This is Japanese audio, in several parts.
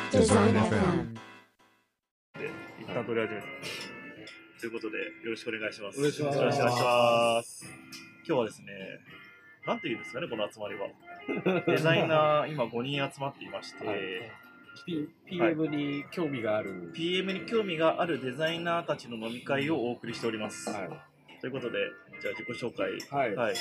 Design FM で一旦取り始めたということでよろしくお願いします。 お願いします。 よろしくお願いします。今日はですね、なんていうんですかね、この集まりは。デザイナー今5人集まっていまして、 はい、PM に興味がある、 PM に興味があるデザイナーたちの飲み会をお送りしております。 はい、 ということで、じゃあ自己紹介。 はい。 はい、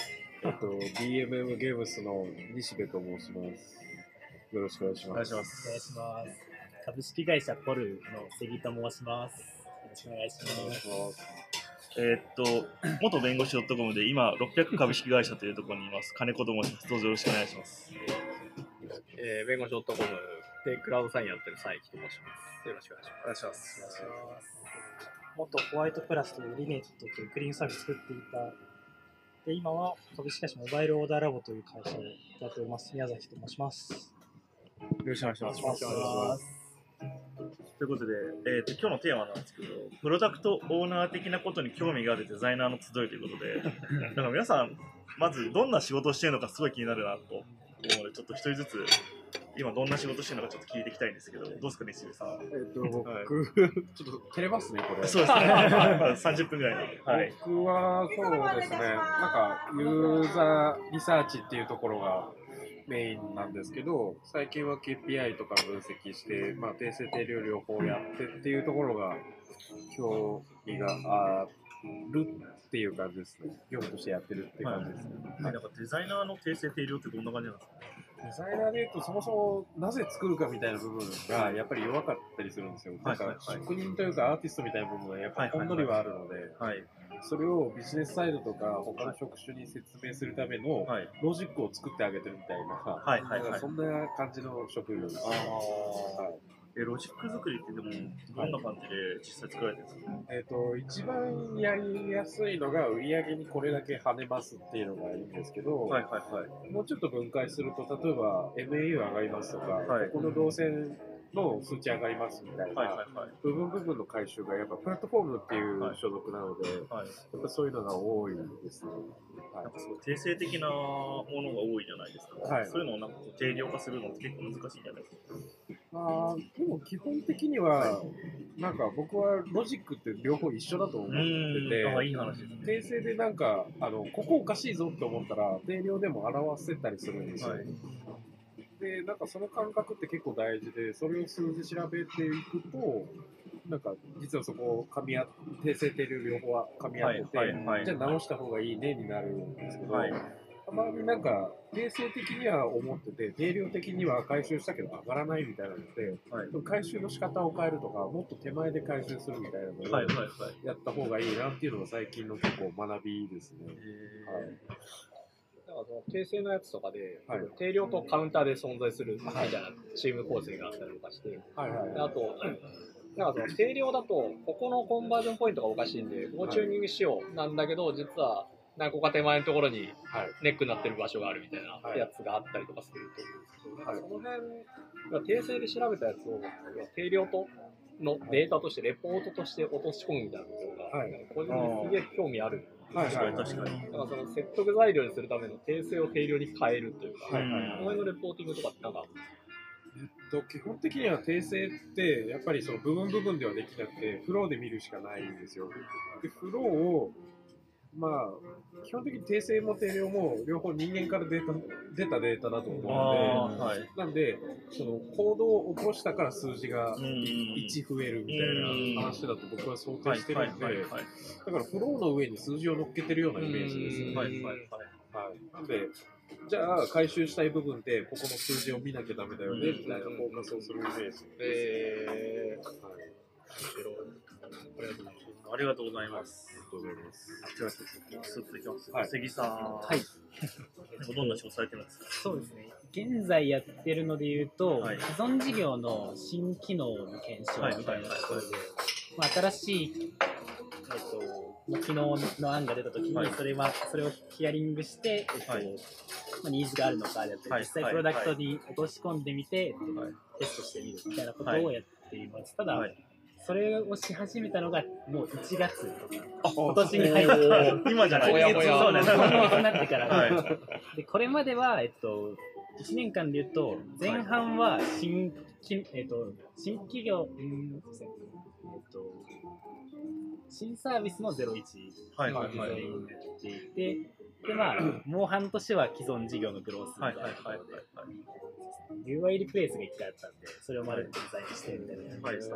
DMM ゲームスの西部と申します。よろしくお願いします。 お願いします。 お願いします。株式会社ポルの関と申します。よろしくお願いします。 元弁護士 .com で今600株式会社というところにいます金子と申します。どうぞよろしくお願いします。 弁護士 .com でクラウドサインやってる佐伯と申します。よろしくお願いします。 お願いします。 元ホワイトプラスというリネートというクリーンサービスを作っていた。で今は株式会社モバイルオーダーラボという会社をやっております。宮崎と申します。 よろしくお願いします。 お願いします。 ということで、今日のテーマなんですけど、プロダクトオーナー的なことに興味があるデザイナーの集いということで、だから皆さん、まずどんな仕事をしているのかすごい気になるなと思うので、ちょっと一人ずつ、今どんな仕事してるのかちょっと聞いていきたいんですけど、どうですかね、西部さん。 僕、 はい、 ちょっと照れますね、これ。 そうですね。30分ぐらいの。はい、 僕はそうですね、なんかユーザーリサーチっていうところがメインなんですけど、最近は KPI とか分析して、定性定量両方やってっていうところが興味があるっていう感じですね。業務としてやってるっていう感じですね。 なんかデザイナーの定性定量ってどんな感じなんですか？ デザイナーでいうとそもそもなぜ作るかみたいな部分がやっぱり弱かったりするんですよ。なんか職人というかアーティストみたいな部分がやっぱりほんのりはあるので、それをビジネスサイドとか他の職種に説明するためのロジックを作ってあげてるみたいな、そんな感じの職業です。 ロジック作りってでもどんな感じで実際作られてるんですか？ 一番やりやすいのが売上にこれだけ跳ねますっていうのがいいんですけど、もうちょっと分解すると、例えば MAU 上がりますとか、この動線の数値上がりますみたいな部分の回収がやっぱプラットフォームっていう所属なので、やっぱそういうのが多いですね。 なんかすごい定性的なものが多いじゃないですか。そういうのをなんか定量化するのって結構難しいんじゃないですか。 でも基本的にはなんか僕はロジックって両方一緒だと思ってて、 いい話ですね。 定性でなんかここおかしいぞって思ったら定量でも表せたりするんですよ。でなんかその感覚って結構大事で、それを数字調べていくと、なんか実はそこ定性定量両方は噛み合ってて、じゃあ直した方がいいねになるんですけど、たまになんか定性的には思ってて定量的には回収したけど上がらないみたいなので、回収の仕方を変えるとか、もっと手前で回収するみたいなのをやった方がいいなっていうのが最近の結構学びですね。 だからその定性のやつとかで、定量とカウンターで存在するみたいなチーム構成があったりとかして、あとなんかその定量だとここのコンバージョンポイントがおかしいんでここチューニングしようなんだけど、実は何個か手前のところにネックになってる場所があるみたいなやつがあったりとかすると思うんですけど、その辺定性で調べたやつを定量とのデータとしてレポートとして落とし込むみたいなことが個人にすげえ興味ある。確かに。だからその説得材料にするための定性を定量に変えるというか、この辺のレポーティングとかってなんか基本的には定性ってやっぱりその部分ではできなくてフローで見るしかないんですよ。でフローを基本的に定性も定量も両方人間から出たデータだと思うので、なんでそのコードを起こしたから数字が1増えるみたいな話だと僕は想定してるんで、だからフローの上に数字を乗っけてるようなイメージですね。なんでじゃあ回収したい部分でここの数字を見なきゃダメだよねみたいなフォーカスをするイメージです。 ありがとうございます。関さん、どんな仕事されてるんですか？ そうですね。現在やってるので言うと、既存事業の新機能の検証みたいなところで、新しい機能の案が出たときに、それをヒアリングして、ニーズがあるのかであったり、実際プロダクトに落とし込んでみて、テストしてみるみたいなことをやっています。ただ、それをし始めたのがもう1月とか、今年に入って今じゃないそうなんです。今月になってから、でこれまでは 1年間で言うと、前半は新企業、新サービスの01をデザインやっていて、でまあ、もう半年は既存事業のグロースみたいなところで、UI リプレイスが1回あったんで、それをまるっとデザインしてみたいな。 なる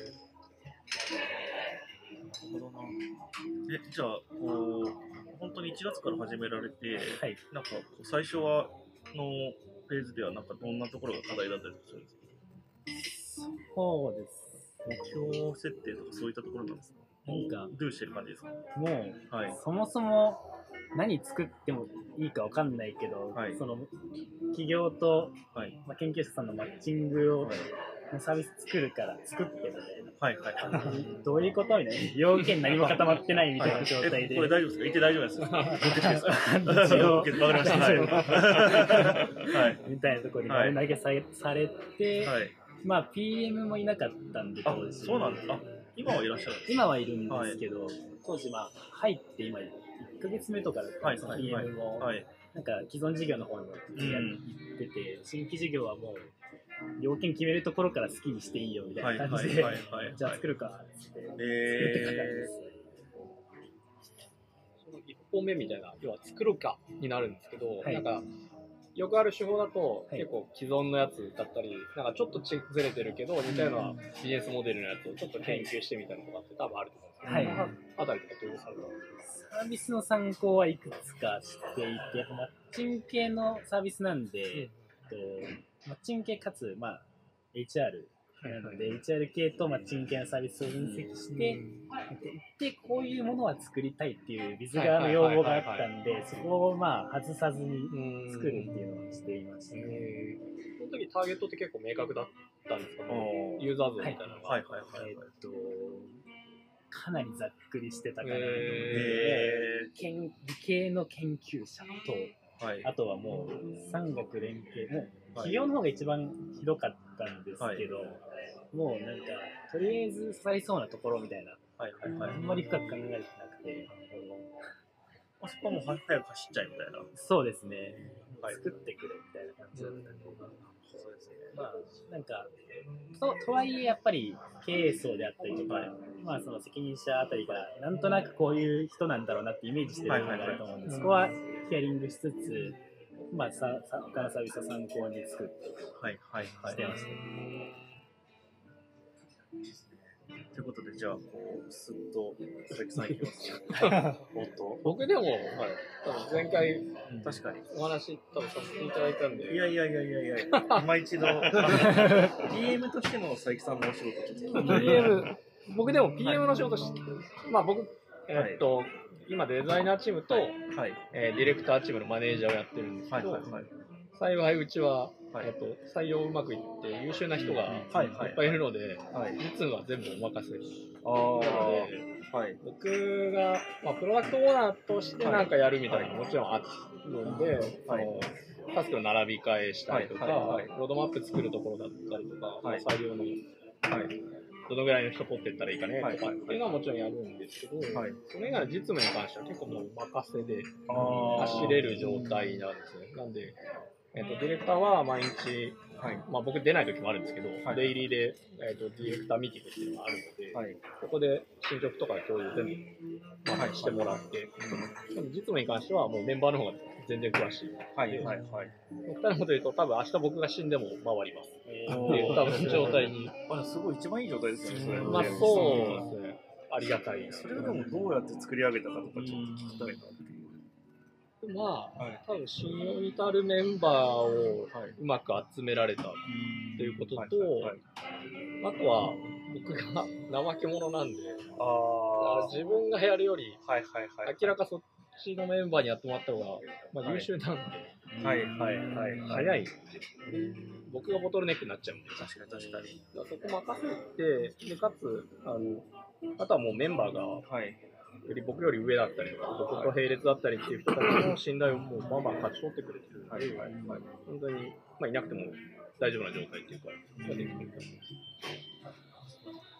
ほどな。じゃあこう本当に1月から始められて、 はい、 なんか最初はのフェーズではなんかどんなところが課題だったりするんですか？ そうです。 目標設定とかそういったところなんですか？ なんかどうしてる感じですか？ もう、そもそも何作ってもいいかわかんないけど、その企業と、研究者さんのマッチングを、サービス作るから作ってみたいな。どういうことみたいな。要件何も固まってないみたいな状態で。 これ大丈夫ですか？言って大丈夫ですか？ わかりました。 みたいなところに丸投げされて、まあ PM もいなかったんで、当時。 そうなんですか？今はいらっしゃるんですか？ 今はいるんですけど、当時まあ入って今1ヶ月目とかだったんです、PM も。なんか既存事業の方に行ってて、新規事業はもう要件決めるところから好きにしていいよみたいな感じで、じゃあ作るかって作ってた感じです。 その1本目みたいな、要は作るかになるんですけど、なんかよくある手法だと、結構既存のやつだったり、なんかちょっとずれてるけど、似たようなビジネスモデルのやつをちょっと研究してみたりとかって多分あると思うんですけど、あたりとかどうされたんですか？ サービスの参考はいくつかしていて、マッチング系のサービスなんで、マッチング系かつ、まあ、HR なので、HR 系とマッチング系のサービスを分析して、で、こういうものは作りたいっていうビズ側の要望があったんで、そこをまあ外さずに作るっていうのをしていましたね。 その時ターゲットって結構明確だったんですかね？ユーザー像みたいなのが。 かなりざっくりしてたかなと思って、理系の研究者と、あとはもう産学連携、もう企業の方が一番ひどかったんですけど、もうなんかとりあえず刺さりそうなところみたいな、あんまり深く考えてなくて、 あそこはもう早く走っちゃいみたいな。 そうですね、作ってくれみたいな感じだったんで、まあなんかとはいえやっぱり経営層であったりとか、まあその責任者あたりがなんとなくこういう人なんだろうなってイメージしてるのがあると思うんで、そこはヒアリングしつつ、まあ他のサービスを参考に作ってしてました。 ということで、じゃあ、こう、すっと、佐々木さんいきます僕でも、多分前回、 確かに。 お話、多分させていただいたんで。 いや、今一度、PM としての佐々木さんのお仕事、ちょっと。 PM、僕でも PM の仕事まあ僕、今デザイナーチームと、ディレクターチームのマネージャーをやってるんですけど、幸いうちは、採用うまくいって優秀な人がいっぱいいるので、実務は全部お任せなので、僕が、プロダクトオーナーとして何かやるみたいなのももちろんあるんで、タスクの並び替えしたりとか、ロードマップ作るところだったりとか、採用の、どのぐらいの人取っていったらいいかねとかっていうのはもちろんやるんですけど、それ以外の実務に関しては結構もう任せで走れる状態なんですね。なんで、ディレクターは毎日、僕出ない時もあるんですけど、デイリーで、ディレクターミーティングっていうのがあるので、ここで進捗とか共有全部、してもらって、実務に関してはもうメンバーの方が全然詳しい。極端なこと言うと、多分明日僕が死んでも回ります。っていう多分状態に。 すごい一番いい状態ですよね、それ。 そうですね。ありがたい。 それをでもどうやって作り上げたかとかちょっと聞きたいな。 多分信用に至るメンバーをうまく集められたということと、あとは僕が怠け者なんで、自分がやるより、明らかそっちのメンバーにやってもらった方が、優秀なんで、早いんですね。僕がボトルネックになっちゃうんで、 確かに。 そこ任せて、でかつあとはもうメンバーが、僕より上だったりとか、僕と並列だったりっていう人たちの信頼をもうバンバン勝ち取ってくれてるので、本当に、いなくても大丈夫な状態っていうか、できてると思います。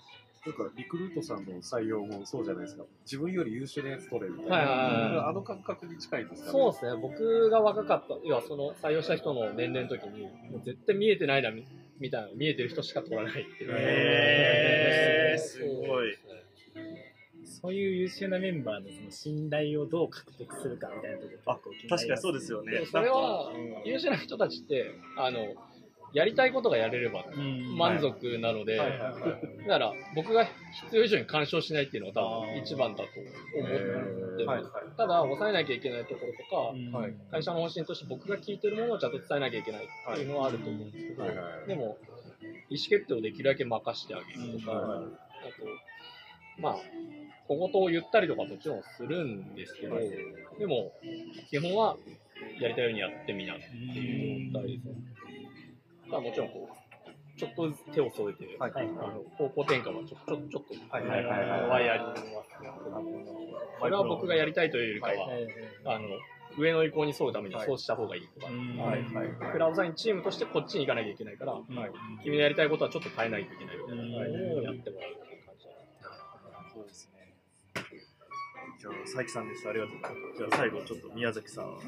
なんかリクルートさんの採用もそうじゃないですか。自分より優秀なやつ取れみたいな。 はいはいはいあの感覚に近いんですかね。 そうですね、僕が若かった、要はその採用した人の年齢の時に、もう絶対見えてないなみたいな、見えてる人しか取らないっていう。 すごい。 そういう優秀なメンバーのその信頼をどう獲得するかみたいなところあ、確かにそうですよね。 それは優秀な人たちってやりたいことがやれれば満足なので、だから僕が必要以上に干渉しないっていうのが多分一番だと思ってます。ただ抑えなきゃいけないところとか、会社の方針として僕が聞いてるものをちゃんと伝えなきゃいけないっていうのはあると思うんですけど、でも意思決定をできるだけ任せてあげるとか、あとまあ小言を言ったりとかもちろんするんですけど、でも基本はやりたいようにやってみなっていう状態ですね。もちろんこうちょっとずつ手を添えて、方向転換はちょっとはやります。これは僕がやりたいというよりかは、上の意向に沿うためにはそうした方がいいとか、クラウドサインチームとしてこっちに行かなきゃいけないから、君のやりたいことはちょっと変えないといけないみたいなのをやってもらうっていう感じです。 そうですね。じゃあ佐伯さんでした。ありがとうございます。じゃあ最後ちょっと宮崎さん。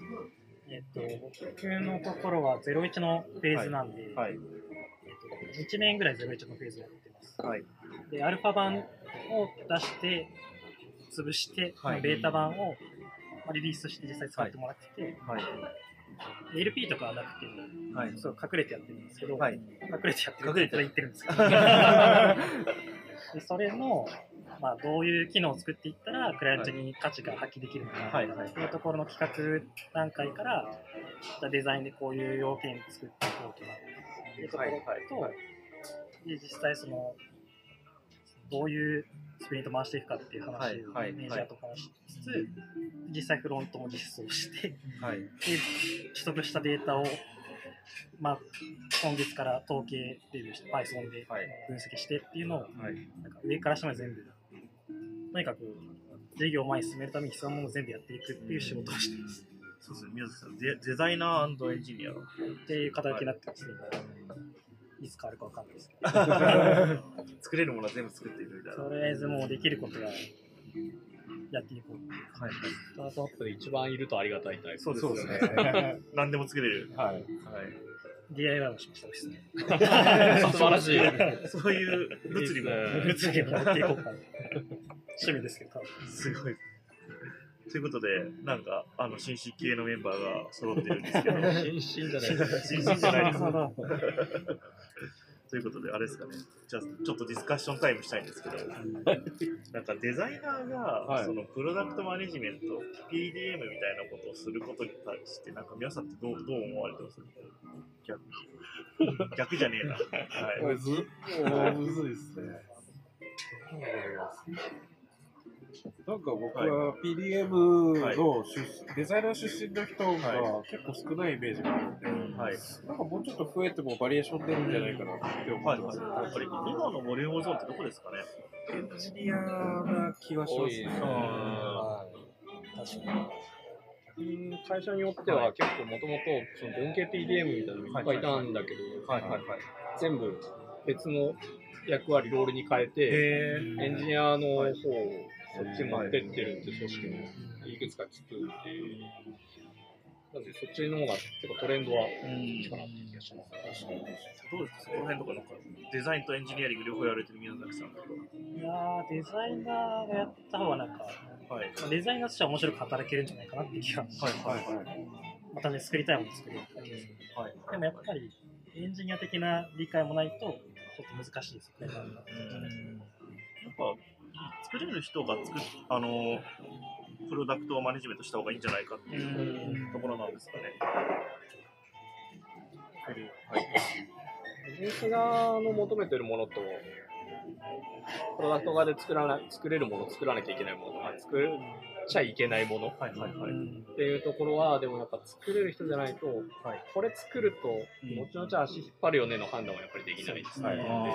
僕のところは01のフェーズなんで、1年ぐらい01のフェーズやってます。で、アルファ版を出して、潰して、ベータ版をリリースして実際使ってもらってて、LP とかはなくて、そう隠れてやってるんですけど、隠れてやってるって言ってるんですけど、でそれの、どういう機能を作っていったらクライアントに価値が発揮できるのかというところの企画段階から、じゃあデザインでこういう要件作っていこうとかっていうところと、で実際そのどういうスプリント回していくかっていう話をメネージャーと話しつつ、実際フロントも実装して、で取得したデータを今月から統計レビューして Python で分析してっていうのを、なんか上から下まで全部とにかく事業を前に進めるために必要なものを全部やっていくっていう仕事をしています。 そうですね、宮崎さん、デザイナー&エンジニアっていう肩書きになってますね。いつ変わるかわかんないですけど。作れるものは全部作っていくみたいな。 とりあえずもうできることはやっていこう。 スタートアップで一番いるとありがたいタイプ。 そうですね。何でも作れる。 DIY もしましたですね。 素晴らしい。 そういう物理も持っていこうかな。趣味ですけど。 すごい。ということで、なんか新進系のメンバーが揃ってるんですけど、 新進じゃないです。 新進じゃないです。ということで、あれですかね。じゃあちょっとディスカッションタイムしたいんですけど、なんかデザイナーがそのプロダクトマネジメント、PDM みたいなことをすることに対して、なんか皆さんってどう思われてます？逆じゃねえな。 むずいですね。なんか僕は PDM のデザイナー出身の人が結構少ないイメージがあるので、なんかもうちょっと増えてもバリエーション出るんじゃないかなって思ってます。やっぱり今のボリュームゾーンってどこですかね？ エンジニアな気がしますね。 確かに。 会社によっては結構もともと文系 PDM みたいなのがいっぱいいたんだけど、全部別の役割ロールに変えてエンジニアの方をそっちに持ってってるって組織もいくつか聞くんで、なのでそっちの方が結構トレンドはいいかなって気がします。 どうですか、その辺とかなんかデザインとエンジニアリング両方やられてる宮崎さんとか。 いやー、デザイナーがやった方がなんか、デザイナーとしては面白く働けるんじゃないかなっていう気がします。またね、作りたいもの作るって感じですけど、でもやっぱりエンジニア的な理解もないとちょっと難しいですね。やっぱ作れる人がプロダクトをマネジメントした方がいいんじゃないかっていうところなんですかね。 ビジネス側の求めてるものと、プロダクト側で作れるもの、作らなきゃいけないもの、作っちゃいけないものっていうところは、でもやっぱ作れる人じゃないと、これ作ると、後々足引っ張るよねの判断はやっぱりできないですね。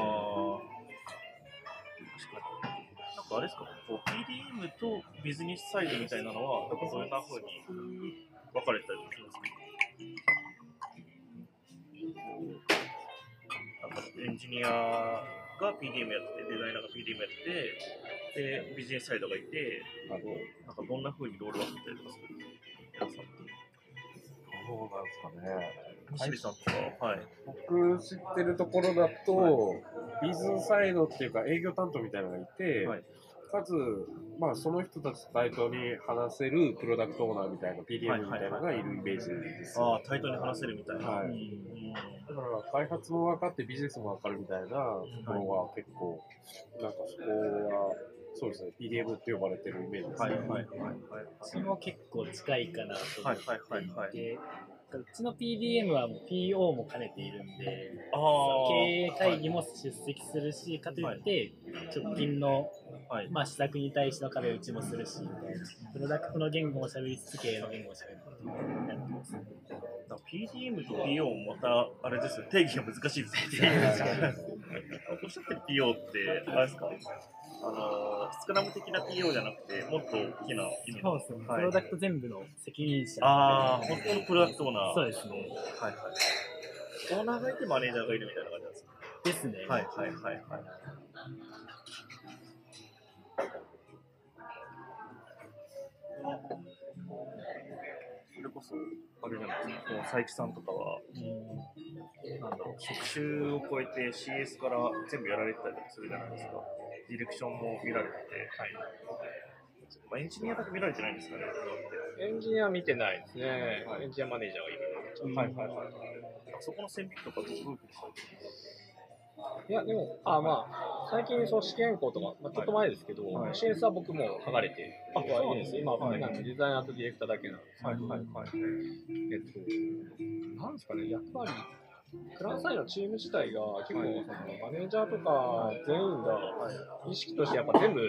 なんかあれですか、PDM とビジネスサイドみたいなのは、どんな風に分かれたりするんですか？なんかエンジニアが PDM やってて、デザイナーが PDM やってて、で、ビジネスサイドがいて、なんかどんな風にロール分けたりとかする皆さんって。 そうなんですかね。 西見さんとか、はい。 僕知ってるところだと、ビズサイドっていうか営業担当みたいなのがいて、かつ、まあ、その人たちと対等に話せるプロダクトオーナーみたいな PDM みたいなのがいるイメージですよ。 ああ、対等に話せるみたいな。 はい。だから開発も分かってビジネスも分かるみたいなところは結構、なんかそこは、そうですね、PDM って呼ばれてるイメージですね。 うちも結構近いかなと思っていて、うちの PDM はもう PO も兼ねているんで、経営会議も出席するし、かといって直近の、まあ、施策に対しての壁打ちもするしみたいな、プロダクトの言語も喋りつつ経営の言語も喋るってやってます。 PDM と PO もまたあれですよ、定義が難しいですね。おっしゃってる PO ってあれですか？スクラム的な PO じゃなくて、もっと大きな意味の。 そうですね、プロダクト全部の責任者。 ああ、本当のプロダクトオーナー。 そうですね。 はいはい。オーナーがいてマネージャーがいるみたいな感じなんですか？ ですね。 はいはいはいはい。それこそ、あれじゃないですか、もう佐伯さんとかは、なんだろう、職種を超えて CS から全部やられてたりするじゃないですか。ディレクションも見られてて、エンジニアだけ見られてないんですかね、 エンジニア見てないですね。エンジニアマネージャーがいる。 そこの線引きとかどういうふうにされてるんですか？ いや、でも、まあ、最近、その試験校とか、まあ、ちょっと前ですけど、CS は僕も剥がれてはいいんですよ。今、なんかデザイナーとディレクターだけなんですけど、なんですかね、役割、クランサイドのチーム自体が結構、そのマネージャーとか全員が意識としてやっぱ全部、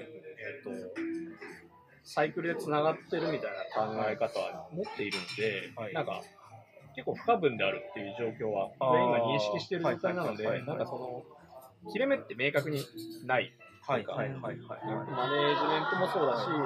サイクルでつながってるみたいな考え方は持っているので、なんか、結構不可分であるっていう状況は全員が認識している状態なので、なんかその切れ目って明確にない。マネージメントもそうだし、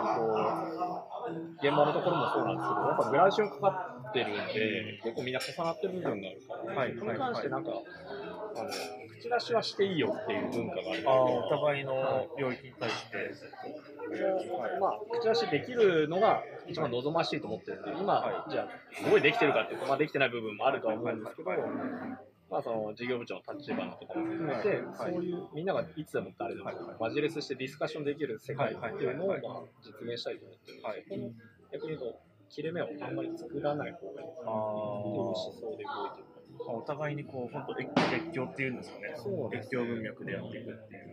現場のところもそうなんですけど、やっぱグラデーションかかってるんで、結構みんな重なってる部分があるから、それに関してなんか、口出しはしていいよっていう文化があるので、 お互いの領域に対して、 まあ、口出しできるのが一番望ましいと思ってるんで、今、じゃあ、すごいできてるかっていうと、まあ、できてない部分もあるとは思うんですけど、まあ、その事業部長の立場とかも含めて、そういうみんながいつでも誰でもマジレスしてディスカッションできる世界っていうのをまあ実現したいと思ってるので、この逆に言うと、切れ目をあんまり作らない方がいいっていう思想で動いてる。 お互いにこう本当越境っていうんですかね。越境文脈でやっていくっていう。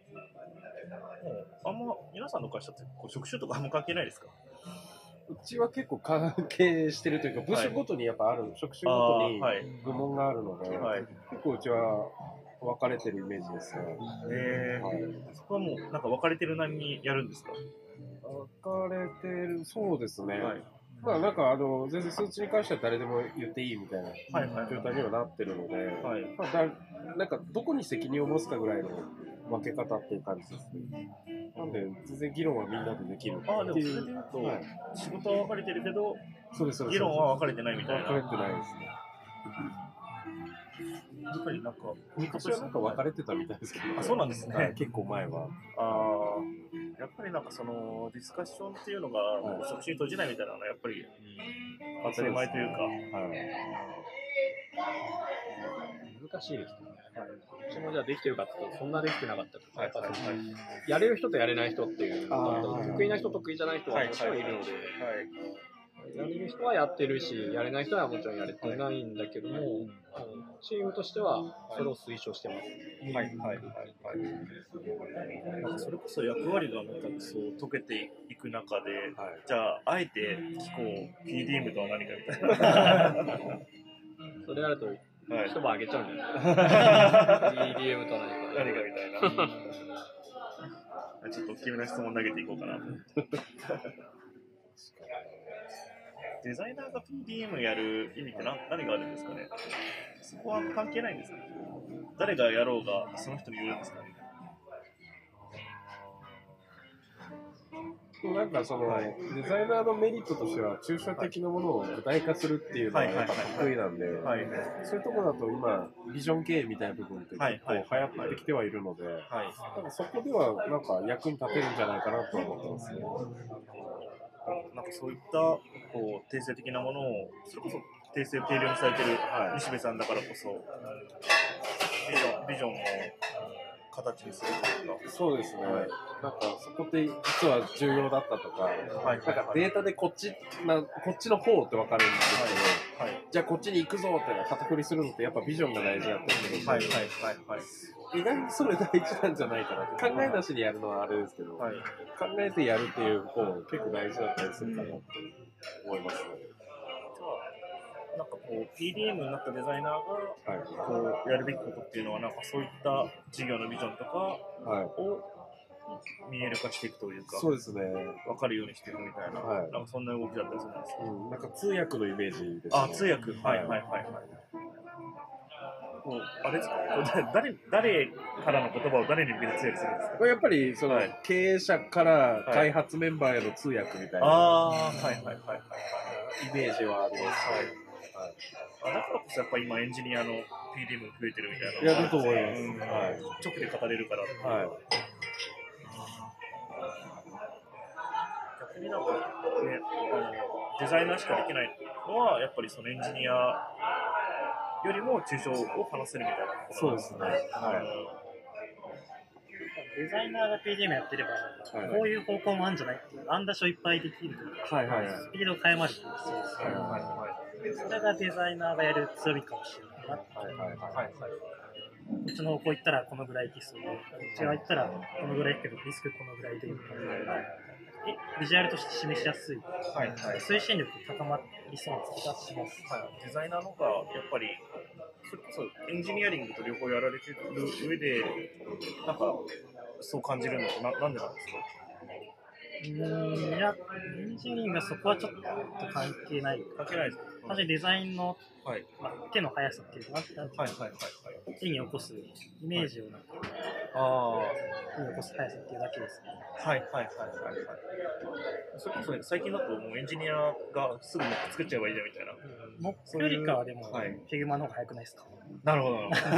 あんま皆さんの会社ってこう職種とかあんま関係ないですか？ うちは結構関係してるというか、部署ごとにやっぱある、職種ごとに部門があるので、結構うちは分かれてるイメージですね。 そこはもうなんか分かれてるなりにやるんですか？ 分かれてる、そうですね。まあなんか全然数値に関しては誰でも言っていいみたいな状態にはなってるので、なんかどこに責任を持つかぐらいの分け方っていう感じですね。なんで全然議論はみんなでできるっていう。 でもそれで言うと、仕事は分かれてるけど、議論は分かれてないみたいな。 分かれてないですね。 やっぱりなんか、 昔はなんか分かれてたみたいですけど、 そうなんですね。 結構前は。 やっぱりなんかそのディスカッションっていうのが職種に閉じないみたいなのはやっぱり当たり前というか、 難しいですね。うちもじゃあできてるかって言うとそんなできてなかったりとか、やれる人とやれない人っていう得意な人得意じゃない人はもちろんいるので、やれる人はやってるし、やれない人はもちろんやれてないんだけども、チームとしてはそれを推奨してます。 それこそ役割がなんかそう解けていく中で、じゃああえて聞こう PDM とは何かみたいな。 それやると一晩あげちゃうんじゃない？ PDM とは何かみたいな。ちょっと大きめな質問投げていこうかな。デザイナーが PDM やる意味って何があるんですかね？そこは関係ないんですか？誰がやろうがその人に言うんですかね？ なんかその、デザイナーのメリットとしては、抽象的なものを具体化するっていうのはやっぱ得意なんで、そういうところだと今、ビジョン経営みたいな部分って結構流行ってきてはいるので、なんかそこではなんか役に立てるんじゃないかなと思ってますね。 なんかそういったこう定性的なものを、それこそ定性定量にされてる西部さんだからこそ、ビジョンを形にするというか。 そうですね。なんかそこって実は重要だったとか、なんかデータでこっちの方って分かるんですけど、じゃあこっちに行くぞって肩振りするのってやっぱビジョンが大事だったりするので、意外にそれ大事なんじゃないかなって。考えなしにやるのはあれですけど、考えてやるっていう方結構大事だったりするかなって思いますね。 なんかこう PDM になったデザイナーがこうやるべきことっていうのはなんかそういった事業のビジョンとかを見える化していくというか、 そうですね。 分かるようにしていくみたいな、なんかそんな動きだったりするんですか。 なんか通訳のイメージですね。 あ、通訳、もうあれですか、誰からの言葉を誰に向けて通訳するんですか。 これやっぱりその、経営者から開発メンバーへの通訳みたいな、イメージはあります。 だからこそやっぱり今エンジニアの PDM 増えてるみたいな。 いや、だと思います。 直で語れるから。逆になんかね、デザイナーしかできないのはやっぱりそのエンジニアよりも抽象を話せるみたいな。 そうですね。 デザイナーが PDM やってれば、こういう方向もあるんじゃないっていう案出しをいっぱいできるというか、スピードを変えまるんですよ。それがデザイナーがやる強みかもしれないなって。こっちの方向行ったらこのぐらいいきそうで、こっち側行ったらこのぐらい行くけどリスクこのぐらいでみたいな。ビジュアルとして示しやすい、推進力高まりそうな気がします。 デザイナーの方がやっぱりそれこそエンジニアリングと両方やられてる上でなんかそう感じるのってなんでなんですか。 いや、エンジニアリングはそこはちょっと関係ない。 関係ないですか。 単純にデザインの、手の速さっていうか、絵に起こすイメージをなんか、絵に起こす速さっていうだけですね。 それこそ、ね、最近だともうエンジニアがすぐ作っちゃえばいいじゃんみたいな。 モックよりかはでも、フィグマの方が速くないですか。 なるほど。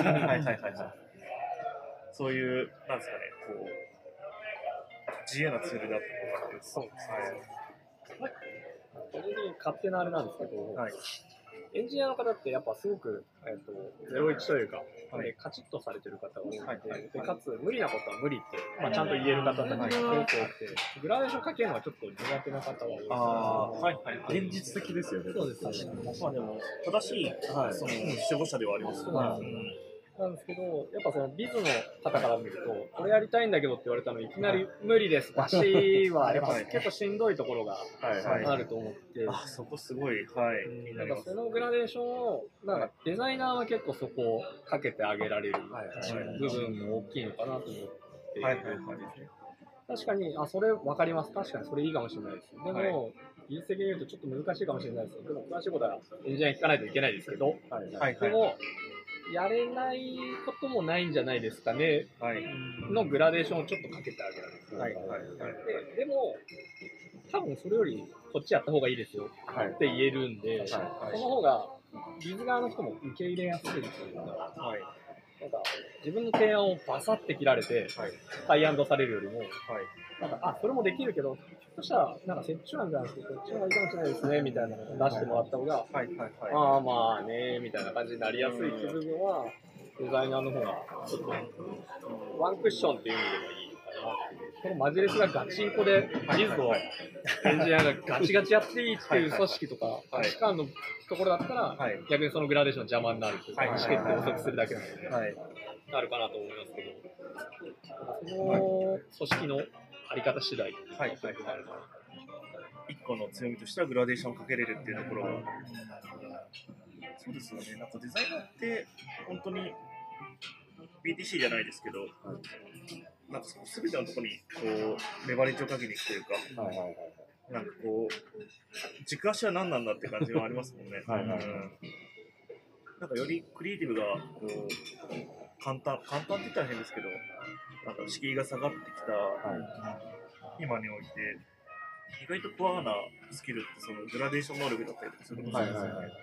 そういう、なんですかね、こう、自由なツールだってことです。 そうですね。個人的に勝手なあれなんですけど、エンジニアの方ってやっぱすごく、01というか、カチッとされてる方が多くて、でかつ無理なことは無理って、ちゃんと言える方たちが多くて、グラデーションかけるのはちょっと苦手な方が多いです。 現実的ですよね。 そうですね。 まあでも正しいその守護者ではありますよね。 なんですけど、やっぱそのビズの方から見ると、これやりたいんだけどって言われたのにいきなり無理です、バシはやっぱ結構しんどいところがあると思って、 そこすごい、 なんかそのグラデーションを、なんかデザイナーは結構そこをかけてあげられる部分も大きいのかなと思っている感じですね。確かに、それ分かります。確かにそれいいかもしれないです。でも、技術的に言うとちょっと難しいかもしれないです。でも詳しいことはエンジニアに聞かないといけないですけど、でも、やれないこともないんじゃないですかね、のグラデーションをちょっとかけてあげられる。でも、多分それよりこっちやった方がいいですよって言えるんで、その方がビズ側の人も受け入れやすいというか、なんか自分の提案をバサッて切られて、ハイアンドされるよりも、なんかそれもできるけど、そしたら、なんか折衷案じゃなくて、こっちの方がいいかもしれないですねみたいなのを出してもらった方が、まあねみたいな感じになりやすいっていう部分は、デザイナーの方がちょっとワンクッションっていう意味でもいいかなっていう。このマジレスがガチンコで、技術をエンジニアがガチガチやっていいっていう組織とか、価値観のところだったら、逆にそのグラデーションの邪魔になるというか、意思決定を遅くするだけなので、なるかなと思いますけど、その組織のあり方次第、 一個の強みとしてはグラデーションをかけれるっていうところが、そうですよね。なんかデザイナーって本当に BTC じゃないですけど、なんか全てのところにこうレバレッジをかけに行くというか、なんかこう軸足は何なんだって感じはありますもんね。なんかよりクリエイティブがこう簡単って言ったら変ですけど、なんか敷居が下がってきた今において、 意外とコアなスキルってそのグラデーション能力だったりとかするかもしれないですよね。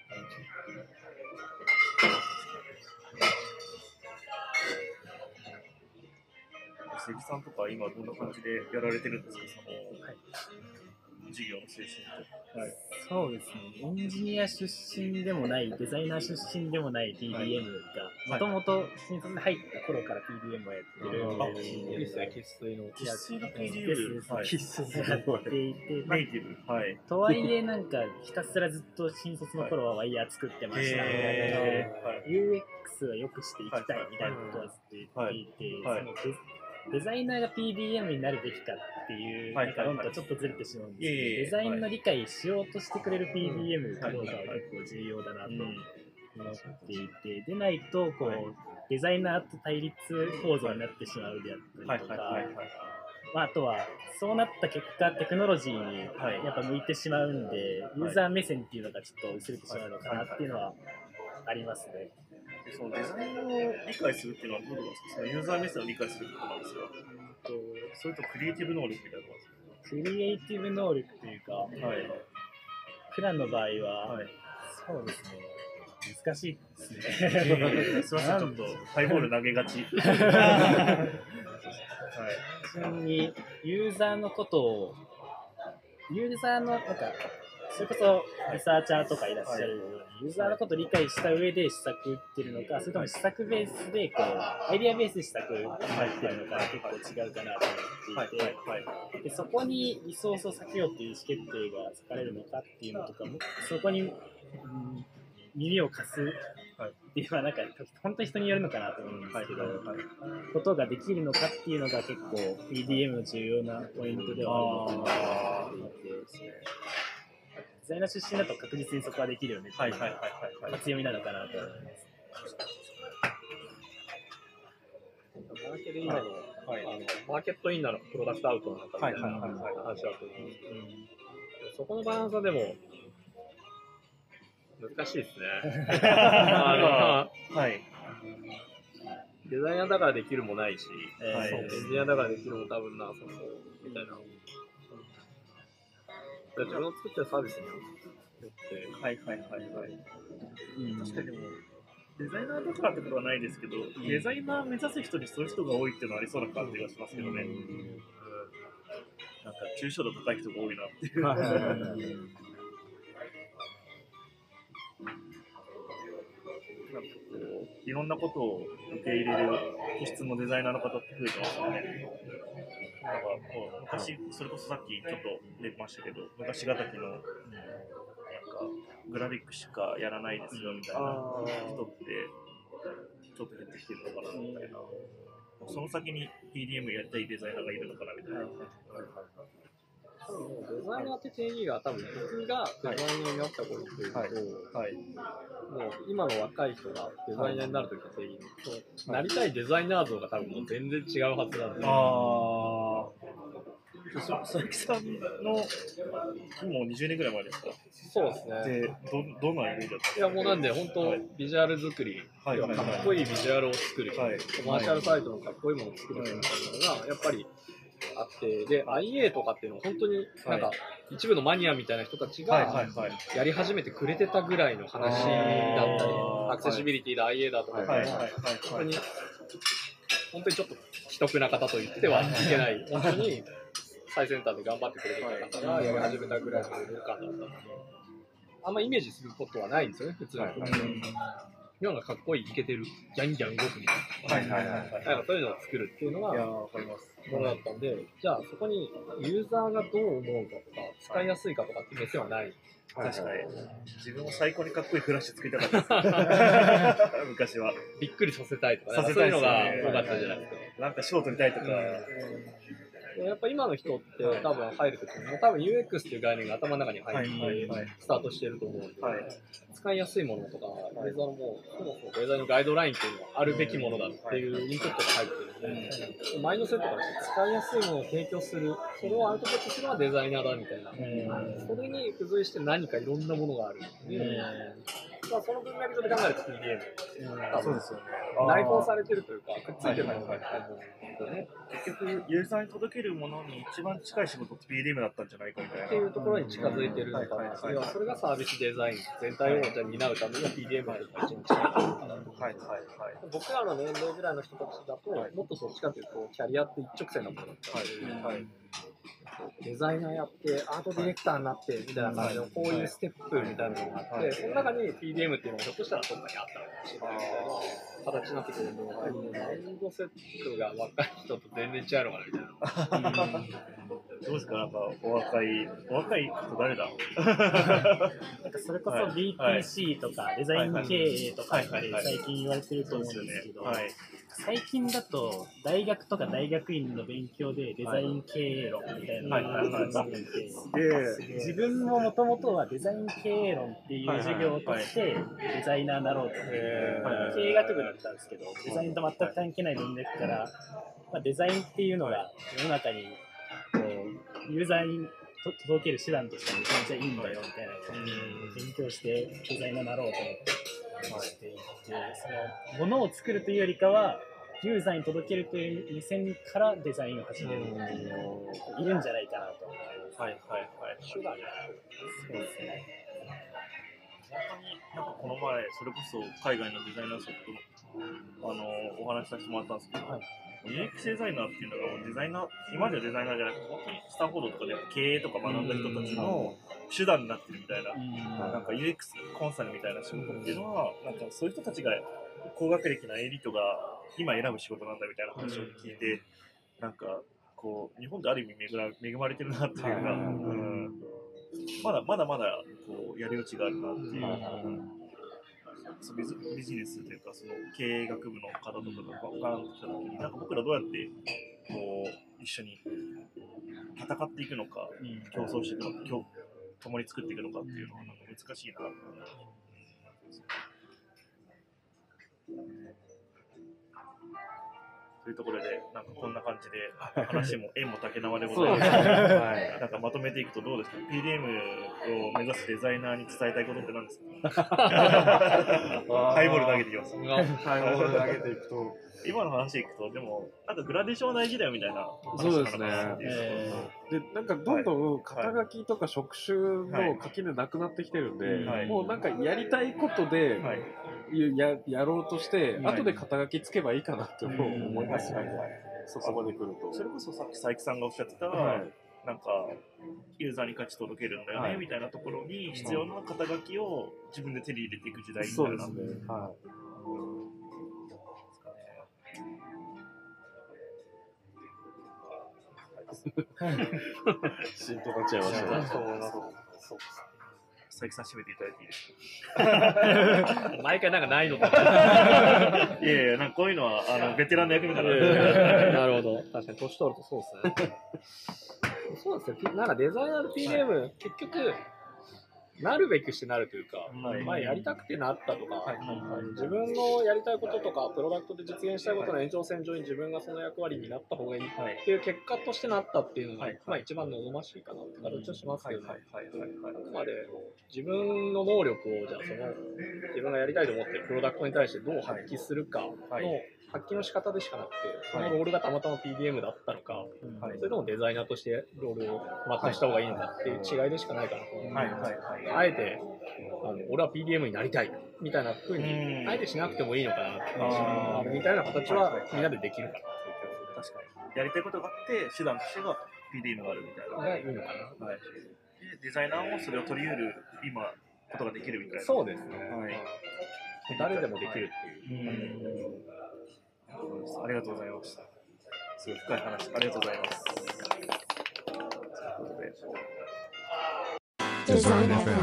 関さんとか今どんな感じでやられてるんですか、その、事業の推進って。 そうですね、エンジニア出身でもない、デザイナー出身でもない PDM が、もともと新卒で入った頃から PDM をやってる、 いいですね、生粋の。 生粋の PDM 生粋でやっていて、 ネイティブ。 とはいえ、なんかひたすらずっと新卒の頃はワイヤー作ってましたので、UX は良くしていきたいみたいなことはずっと言っていて、デザイナーが PDM になるべきかっていう論とちょっとずれてしまうんですけど、デザインの理解しようとしてくれる PDM かどうかは結構重要だなと思っていて、でないとこうデザイナーと対立構造になってしまうであったりとか、あとはそうなった結果テクノロジーにやっぱ向いてしまうんで、ユーザー目線っていうのがちょっと薄れてしまうのかなっていうのはありますね。 そのデザインを理解するっていうのはどういうことですか？そのユーザー目線を理解することなんですか？それとクリエイティブ能力みたいなことですか？ クリエイティブ能力というか、プランの場合は、そうですね、難しいですね。 すみません、ちょっとハイボール投げがち。 ちなみにユーザーのことを、ユーザーのなんかそれこそリサーチャーとかいらっしゃるように、ユーザーのことを理解した上で施策打ってるのか、それとも施策ベースでこうアイデアベースで施策打ってるのか結構違うかなと思っていて、でそこにリソースを割けようっていう意思決定が割かれるのかっていうのとかも、そこに、耳を貸すっていうのはなんか本当に人によるのかなと思うんですけど、ことができるのかっていうのが結構 PDM の重要なポイントではあるのかなと思っていて、デザイナー出身だと確実にそこはできるよねっていうのが強みなのかなと思います。 マーケットインなの、マーケットインなのかプロダクトアウトなのかみたいな話だと思うんですけど、そこのバランスはでも難しいですね。デザイナーだからできるもないし、エンジニアだからできるも多分なさそうみたいな。自分の作ってるサービスによって、 確かにでもデザイナーだからってことはないですけど、デザイナー目指す人にそういう人が多いっていうのはありそうな感じがしますけどね。なんか抽象度高い人が多いなっていう。なんかこういろんなことを受け入れる気質のデザイナーの方って増えてますよね。なんかこう昔、それこそさっきちょっと出ましたけど、昔がたきのなんかグラフィックしかやらないですよみたいな人ってちょっと減ってきてるのかなみたいな。その先に PDM やりたいデザイナーがいるのかなみたいな。 デザイナーって定義が多分僕がデザイナーになった頃っていうと、もう今の若い人がデザイナーになるときの定義と、なりたいデザイナー像が多分もう全然違うはずなんで。 佐伯さんのもう20年ぐらい前ですか？ そうですね。 で、どんなイメージだったんですか？ いやもうなんで本当、ビジュアル作り、かっこいいビジュアルを作る、コマーシャルサイトのかっこいいものを作るみたいなのがやっぱりあって、で IA とかっていうのは本当になんか一部のマニアみたいな人たちがやり始めてくれてたぐらいの話だったり、アクセシビリティだ IA だとか、本当にちょっと既得な方と言ってはいけない、本当に最先端で頑張ってくれてた方がやり始めたぐらいのレベル感だったので、あんまイメージすることはないんですよね、普通に。日本がかっこいい、イケてる、ギャンギャン動くみたいな。そういうのを作るっていうのがものだったんで、じゃあそこにユーザーがどう思うかとか、使いやすいかとかって目線はない。 確かに。自分も最高にかっこいいフラッシュ作りたかったです。昔は。 びっくりさせたいとか、そういうのが多かったじゃないですか。 なんか賞取りたいとか。 やっぱ今の人って多分入るときに、多分 UX っていう概念が頭の中に入ってスタートしてると思うんで、使いやすいものとか、デザインもそもそもデザインのガイドラインっていうのはあるべきものだっていうインプットが入ってるんで、マインドセットからして使いやすいものを提供する、それをアウトプットするのはデザイナーだみたいな、それに付随して何かいろんなものがあるんで、 まあ、その文脈で考えると PDM、 そうですよね。 内包されてるというか、くっついてるものが結局、ユーザーに届けるものに一番近い仕事って PDM だったんじゃないかみたいな。 っていうところに近づいてるのかな。それがサービスデザイン全体をじゃあ担うためには PDM が一番近い。僕らの年齢ぐらいの人たちだと、もっとそっちかというと、キャリアって一直線のものだったり、デザイナーやってアートディレクターになってみたいな感じのこういうステップみたいなのがあって、その中に PDM っていうのがひょっとしたらどっかにあったのかもしれないみたいな形になってくるんで、マインドセットが若い人と全然違うのかなみたいな。 どうですか、なんかお若い人誰だなんかそれこそ BTC とかデザイン経営とかって最近言われてると思うんですけど、最近だと大学とか大学院の勉強でデザイン経営論みたいなのがあって、自分ももともとはデザイン経営論っていう授業を取ってデザイナーになろうと思って経営学部だったんですけど、デザインと全く関係ない文脈から、まあ、デザインっていうのが世の中にこうユーザーに届ける手段としてめちゃめちゃいいんだよみたいなのを勉強してデザイナーになろうと思ってしていて、そのものを作るというよりかはユーザーに届けるという目線からデザインを始めるっていういるんじゃないかなと思います。 手段そうですね。 本当になんかこの前それこそ海外のデザイナーさんとお話しさせてもらったんですけど、UX デザイナーっていうのがデザイナー、今まではデザイナーじゃなくて本当にスタンフォードとかで経営とか学んだ人たちの手段になってるみたいな、なんか UX コンサルみたいな仕事っていうのは、なんかそういう人たちが高学歴なエリートが今選ぶ仕事なんだみたいな話を聞いて、なんかこう日本である意味恵まれてるなっていうか、まだまだこうやり打ちがあるなっていう。ビジネスというかその経営学部の方とかがガンと来た時に、なんか僕らどうやってこう一緒に戦っていくのか、競争していくのか、共に作っていくのかっていうのはなんか難しいなと思います。というところで、なんかこんな感じで話も縁も竹縄でございます。なんかまとめていくとどうですか？ PDM を目指すデザイナーに伝えたいことって何ですか？ハイボール投げていきます。 ハイボール投げていくと、 今の話でいくと、でもなんかグラデーションは大事だよみたいな話そうですね。 で、 なんかどんどん肩書きとか職種の垣根なくなってきてるんで、もうなんかやりたいことでやろうとして、後で肩書きつけばいいかなって思いますよね。そこまで来ると。 それこそさっき佐伯さんがおっしゃってた、なんかユーザーに価値届けるんだよねみたいなところに必要な肩書きを自分で手に入れていく時代みたいな。そうですね。 しんとなっちゃいましたね。 そう佐伯さん締めていただいていいですか？ 毎回なんかないのかいやいや、なんかこういうのはベテランの役目だから。 なるほど。確かに年取るとそうですね。そうですね。なんかデザイナーの PDM、結局なるべくしてなるというか、まあやりたくてなったとか、自分のやりたいこととかプロダクトで実現したいことの延長線上に自分がその役割になった方がいいっていう結果としてなったっていうのが、まあ一番望ましいかなって形はしますけど、あくまで自分の能力をじゃあその自分がやりたいと思ってるプロダクトに対してどう発揮するかの発揮の仕方でしかなくて、そのロールがたまたま PDM だったのか、それともデザイナーとしてロールを全うした方がいいのかっていう違いでしかないかなと思います。あえて俺は PDM になりたいみたいな風にあえてしなくてもいいのかなみたいな形はみんなでできるかなという気がする。 確かにやりたいことがあって手段としては PDM があるみたいな。 がいいのかな。 でデザイナーもそれを取り得る今ことができるみたいな。 そうですね。誰でもできるっていう。 ありがとうございました。すごい深い話ありがとうございます。デザイナー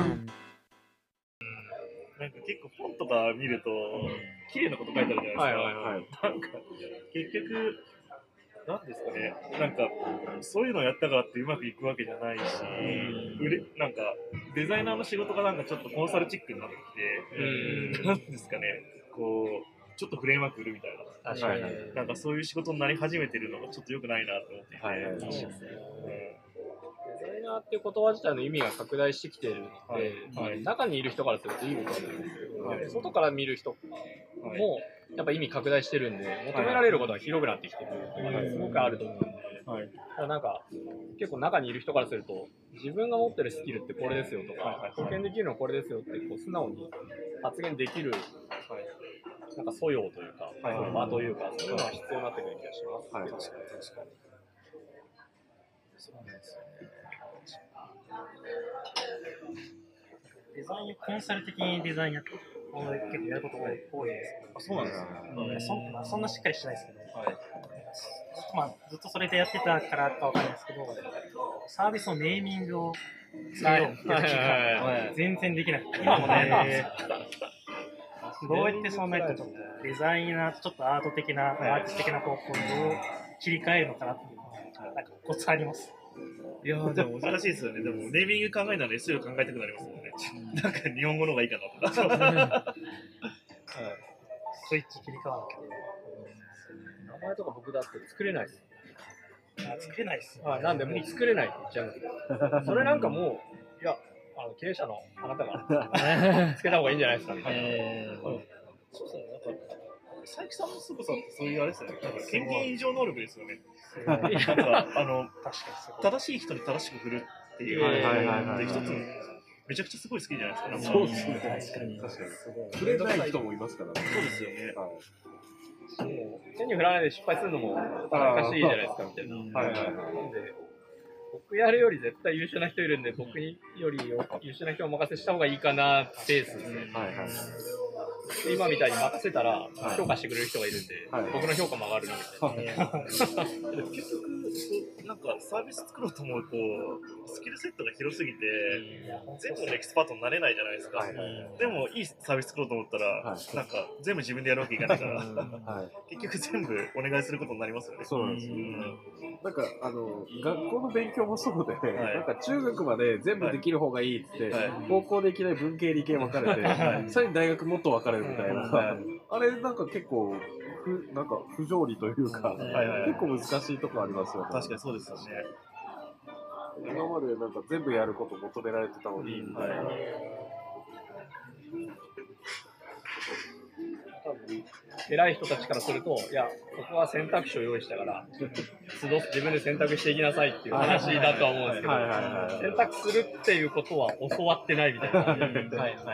なんか結構本とか見ると綺麗なこと書いてあるじゃないですか。なんか結局なんですかね、なんかそういうのをやったからってうまくいくわけじゃないし、なんかデザイナーの仕事がなんかちょっとコンサルチックになってきて、なんですかね、こうちょっとフレームワーク売るみたいな、なんかそういう仕事になり始めてるのがちょっと良くないなと思っていて、 デザイイナーっていう言葉自体の意味が拡大してきてるので、中にいる人からするといいことなんですけど、外から見る人もやっぱ意味拡大してるんで、求められることが広くなってきてるっていうのがすごくあると思うんで、なんか結構中にいる人からすると、自分が持ってるスキルってこれですよとか、貢献できるのはこれですよってこう素直に発言できる、なんか素養というか、場というか、そういうのが必要になってくる気がします。 確かに確かに。そうなんですよね。 デザインコンサル的にデザインやって結構やることが多いですけど、 そうなんですね。 そんなしっかりしてないですけど、ずっとそれでやってたからかわかんないですけど、サービスのネーミングを作るようにやる気が全然できなくて、今もね、どうやってそうなるとちょっとデザイナーとちょっとアート的な、アーティス的な方向を切り替えるのかなっていうのは、なんかコツあります。 いやでも難しいですよね。でもネーミング考えたら SEO 考えたくなりますもんね。なんか日本語の方がいいかなとか。 スイッチ切り替わらなきゃ。 名前とか僕だって作れないです。 作れないですよ、 なんでもう作れないって言っちゃうんですよ。それなんかもう、いや、経営者のあなたがつけた方がいいんじゃないですかみたいな。 そうですね。なんか佐伯さんの凄さってそういうあれですよね。なんか権限異常能力ですよね。なんか正しい人に正しく振るっていう一つめちゃくちゃすごい好きじゃないですか。 そうですね。確かに。振れない人もいますからね。 そうですよね。 手に振らないで失敗するのも難しいじゃないですかみたいな。なんで僕やるより絶対優秀な人いるんで、僕より優秀な人をお任せした方がいいかなペースですね。今みたいに任せたら評価してくれる人がいるんで、僕の評価も上がるなみたいな。 結局なんかサービス作ろうと思うとスキルセットが広すぎて全部のエキスパートになれないじゃないですか。でもいいサービス作ろうと思ったらなんか全部自分でやるわけいかないから結局全部お願いすることになりますよね。 そうなんですよ。なんか学校の勉強もそうで、なんか中学まで全部できる方がいいって、高校でいきなり文系理系分かれて、さらに大学もっと分かれるみたいな、あれなんか結構なんか不条理というか、結構難しいところありますよね。 確かにそうですよね。 今までなんか全部やること求められてたのにみたいな。 多分偉い人たちからすると、いや、ここは選択肢を用意したから、自分で選択していきなさいっていう話だとは思うんですけど、選択するっていうことは教わってないみたいな。 そうですね。 いや、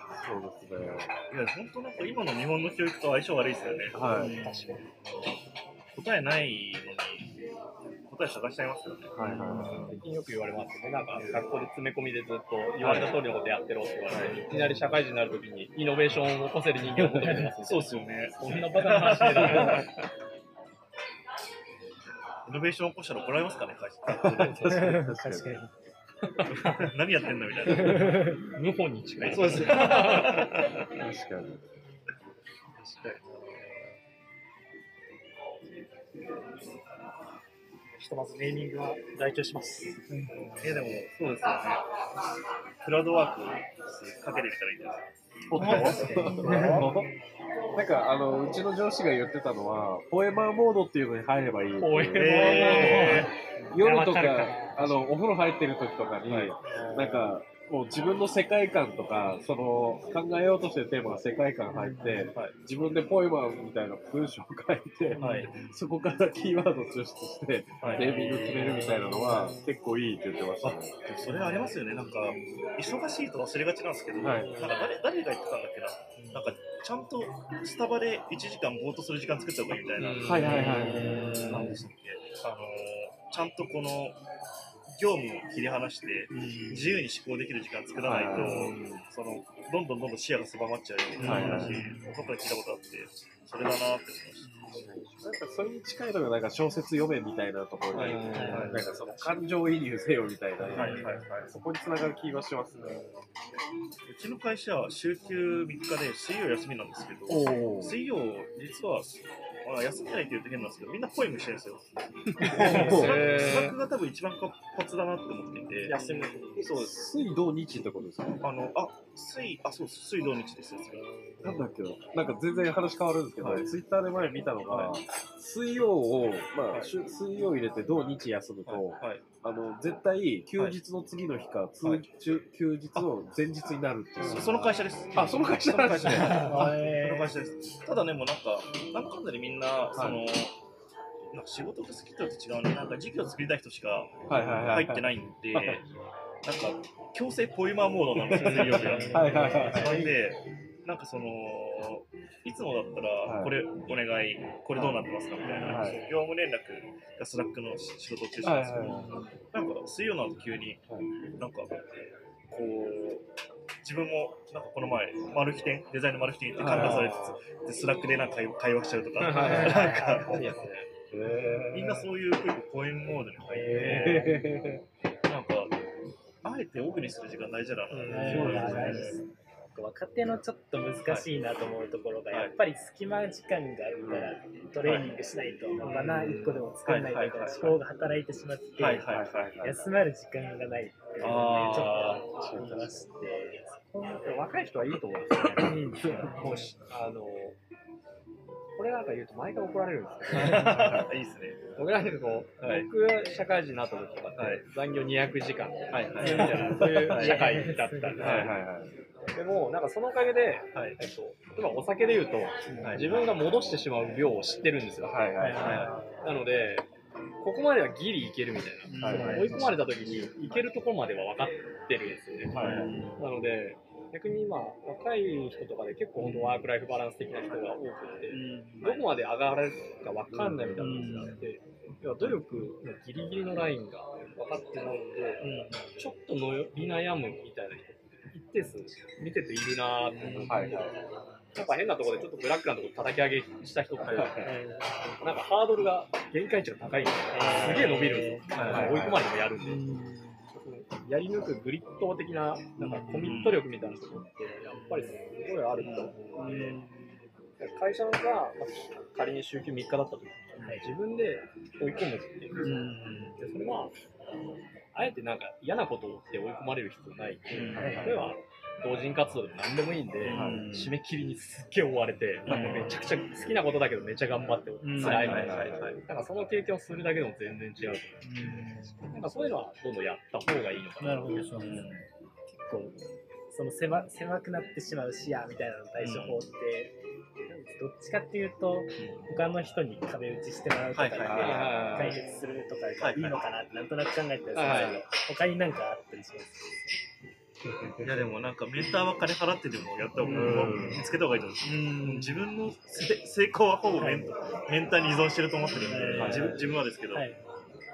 本当なんか今の日本の教育と相性悪いですよね。確かに。答えないのに、答え探しちゃいますよね。 最近よく言われますよね。なんか学校で詰め込みでずっと言われた通りのことやってろって言われて、いきなり社会人になるときにイノベーションを起こせる人間を求めてます。 そうですよね。 そんなバカな話でだイノベーション起こしたら怒られますかね、会社。 確かに。 何やってんだみたいな。 謀反に近い。 そうですね。 確かに。 ひとまずネーミングは該当します。 でもそうですよね。クラウドワークかけてみたらいいんじゃないですか。 なんかうちの上司が言ってたのはポエマーモードっていうのに入ればいい。ポエマーモード。夜とかお風呂入ってる時とかになんかもう自分の世界観とかその考えようとしてるテーマが世界観入って、自分でポエマーみたいな文章を書いて、そこからキーワードを抽出してネーミング決めるみたいなのは結構いいって言ってましたね。 それありますよね。なんか忙しいと忘れがちなんですけど、なんか誰が言ってたんだっけな。なんかちゃんとスタバで1時間ぼーっとする時間作った方がいいみたいな。なんでしたっけ。ちゃんとこの業務を切り離して自由に思考できる時間作らないと、そのどんどん視野が狭まっちゃうみたいな話、僕ら聞いたことあって、それだなって思いました。 なんかそれに近いのがなんか小説読めみたいなところに、なんかその感情移入せよみたいな、そこに繋がる気がしますね。 うちの会社は週休3日で水曜休みなんですけど、水曜実は休みないって言うと変なんですけど、みんなポエムしてるんですよ。スラックが多分一番活発だなって思っていて。 休み。 そうです。水土日ってことですか？ そう水土日ですよ。 なんだっけど、なんか全然話変わるんですけど、ツイッターで前見たのが、 水曜を、まあ、水曜入れて土日休むと、絶対休日の次の日か、休日の前日になるっていう。 その会社です。 あ、その会社なんですね。 その会社です。ただね、もうなんかんだでみんな、なんか仕事が好きと違うね、なんか時期を作りたい人しか入ってないんで、なんか強制ポイマーモードなんですよ、水曜日は。なんで、なんかいつもだったら、これお願い、これどうなってますかみたいな、業務連絡がスラックの仕事ってしたんですけど、なんか水曜になると急に、なんか、自分もなんかこの前、デザインのマル秘店って感化されつつ、スラックでなんか会話しちゃうとか、なんか、みんなそういうポインモードに入って、なんか、あえてオフにする時間大事だなと思若手のちょっと難しいなと思うところが、やっぱり隙間時間があるからトレーニングしないとバナー1個でも作らないというか思考が働いてしまって休まる時間がないっていうのをちょっと思いまして、 若い人はいいと思うんですよね。これなんか言うと毎回怒られるんですけど、 いいですね。 僕ら僕社会人になった時とかって残業200時間みたいなそういう社会だったんですでもなんかそのおかげで、例えばお酒で言うと、自分が戻してしまう量を知ってるんですよ。なのでここまではギリいけるみたいな、追い込まれた時にいけるところまでは分かってるんですよね。なので逆に今若い人とかで結構本当ワークライフバランス的な人が多くて、どこまで上がれるか分かんないみたいな話があって、努力のギリギリのラインが分かってないので、ちょっと伸び悩むみたいな人って一定数見てているなーって思って、なんか変なところでちょっとブラックなところ叩き上げした人って、なんかハードルが限界値が高いんですげえ伸びるんですよ。追い込まれてもやるんで。やり抜くグリッド的な、なんかコミット力みたいなところって、やっぱりすごいあると思う。会社が、仮に週休3日だった時に、自分で追い込むっていう。でそれは、あえてなんか嫌なことをって追い込まれる必要ない。例えば、同人活動でも何でもいいんで、締め切りにすっげえ追われて、めちゃくちゃ好きなことだけどめっちゃ頑張って辛いみたいな。なんかその経験をするだけでも全然違うと思う。なんかそういうのはどんどんやった方がいいのかな。なるほど。結構その狭くなってしまう視野みたいなの対処法って、どっちかっていうと他の人に壁打ちしてもらうとかで解決するとかがいいのかなってなんとなく考えたりするんですけど、他に何かあったりします？ いやでもなんかメンターは金払ってでもやった方が見つけた方がいいと思うんです。自分の成功はほぼメンターに依存してると思ってるんで、自分はですけど、なんか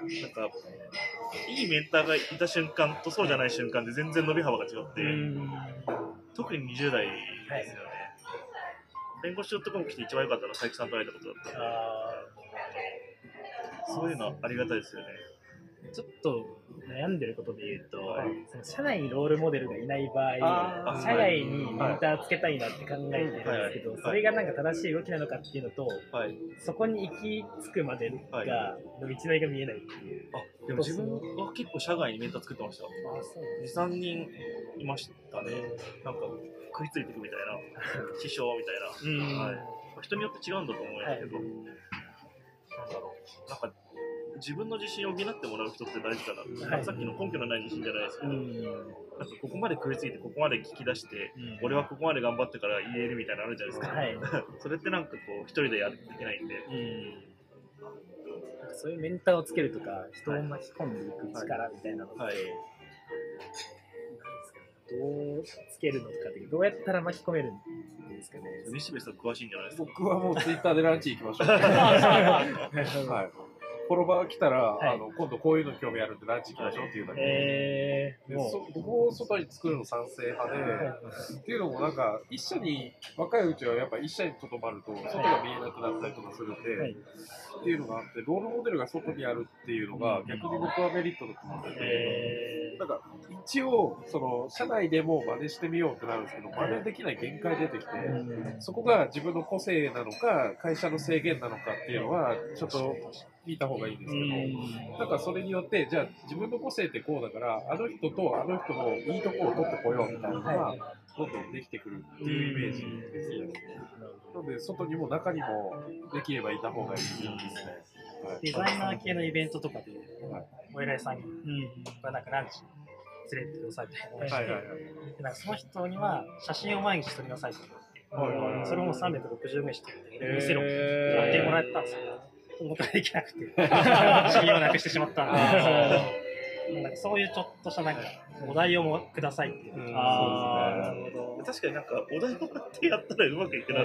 いいメンターがいた瞬間とそうじゃない瞬間で全然伸び幅が違って、特に20代ですよね。弁護士のところに来て一番良かったのは佐伯さんと会えたことだった。そういうのはありがたいですよね。 ちょっと悩んでることで言うと、その社内にロールモデルがいない場合、社外にメンターつけたいなって考えてるんですけど、それがなんか正しい動きなのかっていうのと、そこに行き着くまでがの道のりが見えないっていう。 でも自分は結構社外にメンター作ってました。2、3人いましたね。なんか食いついていくみたいな、師匠みたいな。人によって違うんだと思うんですけど、なんだろう、なんか自分の自信を補ってもらう人って大事だな、さっきの根拠のない自信じゃないですけど、なんかここまで食いついてここまで聞き出して、俺はここまで頑張ってから言えるみたいなのあるじゃないですか、それってなんかこう一人でやっていけないんで、 そういうメンターをつけるとか人を巻き込んでいく力みたいなのって、どうつけるのとかでどうやったら巻き込めるんですかね。 西部さん詳しいんじゃないですか。 僕はもうツイッターでランチ行きましょう。フォロワー来たら、今度こういうの興味あるんでランチ行きましょうっていうだけで、僕も外に作るの賛成派で、っていうのもなんか一社に若いうちはやっぱ一社にとどまると外が見えなくなったりとかするんで、っていうのがあってロールモデルが外にあるっていうのが逆に僕はメリットだと思ってて、なんか一応その社内でも真似してみようってなるんですけど、真似できない限界出てきて、そこが自分の個性なのか会社の制限なのかっていうのはちょっと見た方がいいんですけど、なんかそれによってじゃあ自分の個性ってこうだからあの人とあの人のいいところを取ってこようみたいなのがどんどんできてくるっていうイメージですね。なので外にも中にもできればいた方がいいですね。 デザイナー系のイベントとかで、お偉いさんに、なんかランチ連れてくださいってお願いして、なんかその人には写真を毎日撮りなさいと思って、それをもう360名して見せろってやってもらったんですけど、僕はできなくて、資料をなくしてしまったんで。なんかそういうちょっとしたなんかお題をもくださいっていう。 確かになんかお題をもらってやったらうまくいくなって、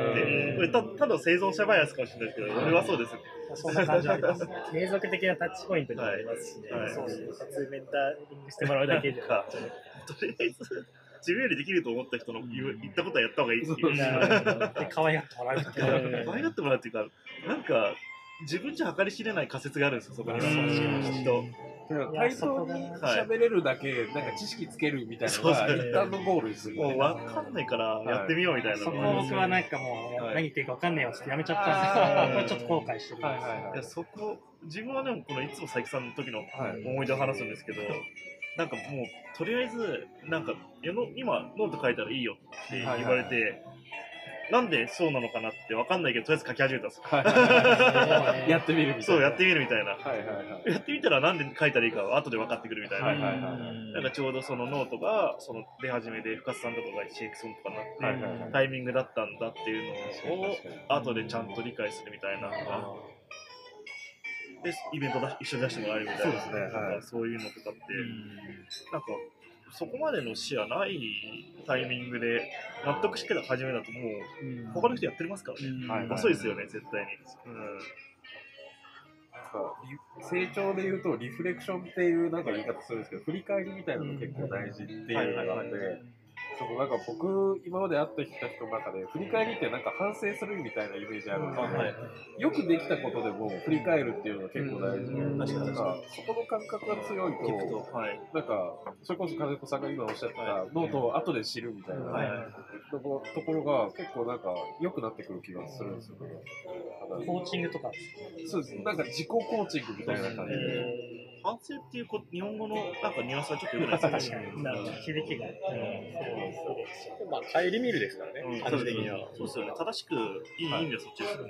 これただの生存者バイアスかもしれないですけど、俺はそうです。 そんな感じあります。 継続的なタッチポイントになりますしね。そうですね。一発メンタリングしてもらうだけじゃなくて。 とりあえず自分よりできると思った人の言ったことはやった方がいいです。 で可愛がってもらうっていう。 可愛がってもらうっていうか、なんか自分じゃ計り知れない仮説があるんですよ、そこには。きっと。 対等に喋れるだけ、なんか知識つけるみたいなのが一旦のゴールですよね。 もう分かんないからやってみようみたいな。 そこを僕はなんかもう何言ってるか分かんないよってやめちゃったんですけど、これちょっと後悔してるんです。 いやそこ、自分はでもこのいつも佐伯さんの時の思い出を話すんですけど、なんかもうとりあえずなんか今ノート書いたらいいよって言われて、なんでそうなのかなって分かんないけど、とりあえず書き始めたんですよ。 やってみるみたいな。 そう、やってみるみたいな。やってみたらなんで書いたらいいかは後で分かってくるみたいな。なんかちょうどそのノートがその出始めで深津さんとかが CX とかになってタイミングだったんだっていうのを後でちゃんと理解するみたいな。で、イベント一緒に出してもらえるみたいな。そうですね。そういうのとかって、なんか、そこまでの視野ないタイミングで納得してから始めだともう他の人やってますからね。遅いですよね、絶対に。 成長で言うとリフレクションっていうなんか言い方するんですけど、振り返りみたいなのが結構大事っていうのがあって、なんか僕今まで会ってきた人の中で振り返りってなんか反省するみたいなイメージあるんですけど、よくできたことでも振り返るっていうのが結構大事で、なんかそこの感覚が強いと、なんかそれこそ金子さんが今おっしゃったノートを後で知るみたいなところが結構なんか良くなってくる気がするんですよね。 コーチングとかそうです。なんか自己コーチングみたいな感じで。 反省っていう日本語のなんかニュアンスはちょっと良くないですか？ 確かに。響きが。 まあ、帰り見るですからね、感じ的には。 そうですよね。正しくいい意味はそっちですよね。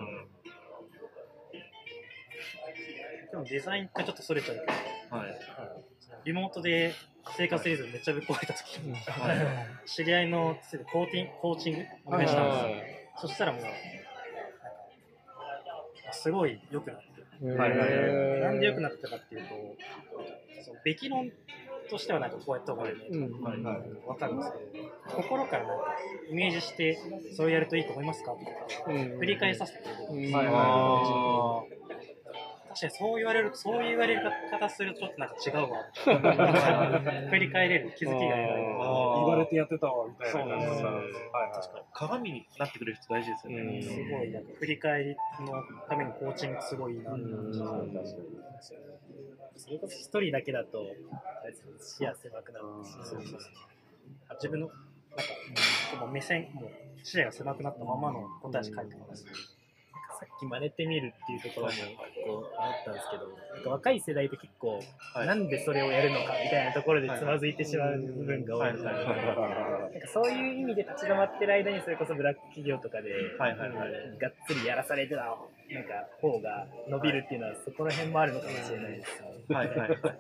でもデザインがちょっとそれちゃうけど、リモートで生活リズムめっちゃぶっ壊れた時に、知り合いのコーチングお願いしたんですよ。そしたらもう、すごい良くなって。なんで良くなったかっていうと、そのべき論としてはなんかこうやった方がいいねとか分かるんですけど、心からなんかイメージしてそれやるといいと思いますかとか繰り返させてくれる。確かにそう言われる方するとちょっとなんか違うわ。振り返れる気づきが得られる。 言われてやってたわみたいな感じで。 鏡になってくれる人大事ですよね。 すごいなんか振り返りのためにコーチングすごいな。 それこそ一人だけだと視野狭くなるし、自分のなんか目線も視野が狭くなったままの答えしか書いてます。さっき真似てみるっていうところもこう思ったんですけど、なんか若い世代って結構、なんでそれをやるのかみたいなところでつまずいてしまう部分が多いのかな。なんかそういう意味で立ち止まってる間にそれこそブラック企業とかでがっつりやらされてたなんか方が伸びるっていうのはそこら辺もあるのかもしれないです。 確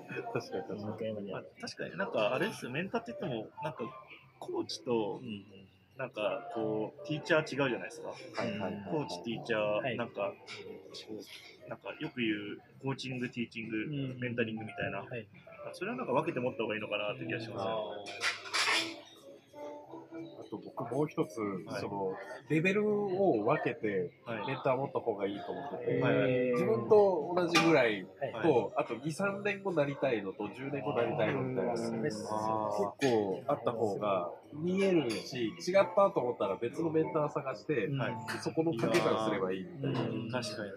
かになんかあれですよ、メンターって言ってもなんかコーチとなんかこうティーチャー違うじゃないですか。コーチ、ティーチャー、なんかよく言うコーチング、ティーチング、メンタリングみたいな、それはなんか分けて持った方がいいのかなって気がしますね。 あと僕もう一つ、そのレベルを分けてメンターを持った方がいいと思ってて、自分と同じぐらいと、あと 2,3 年後なりたいのと10年後なりたいのみたいな結構あった方が見えるし、違ったと思ったら別のメンター探して、そこの掛け算すればいいみたいな。 確かに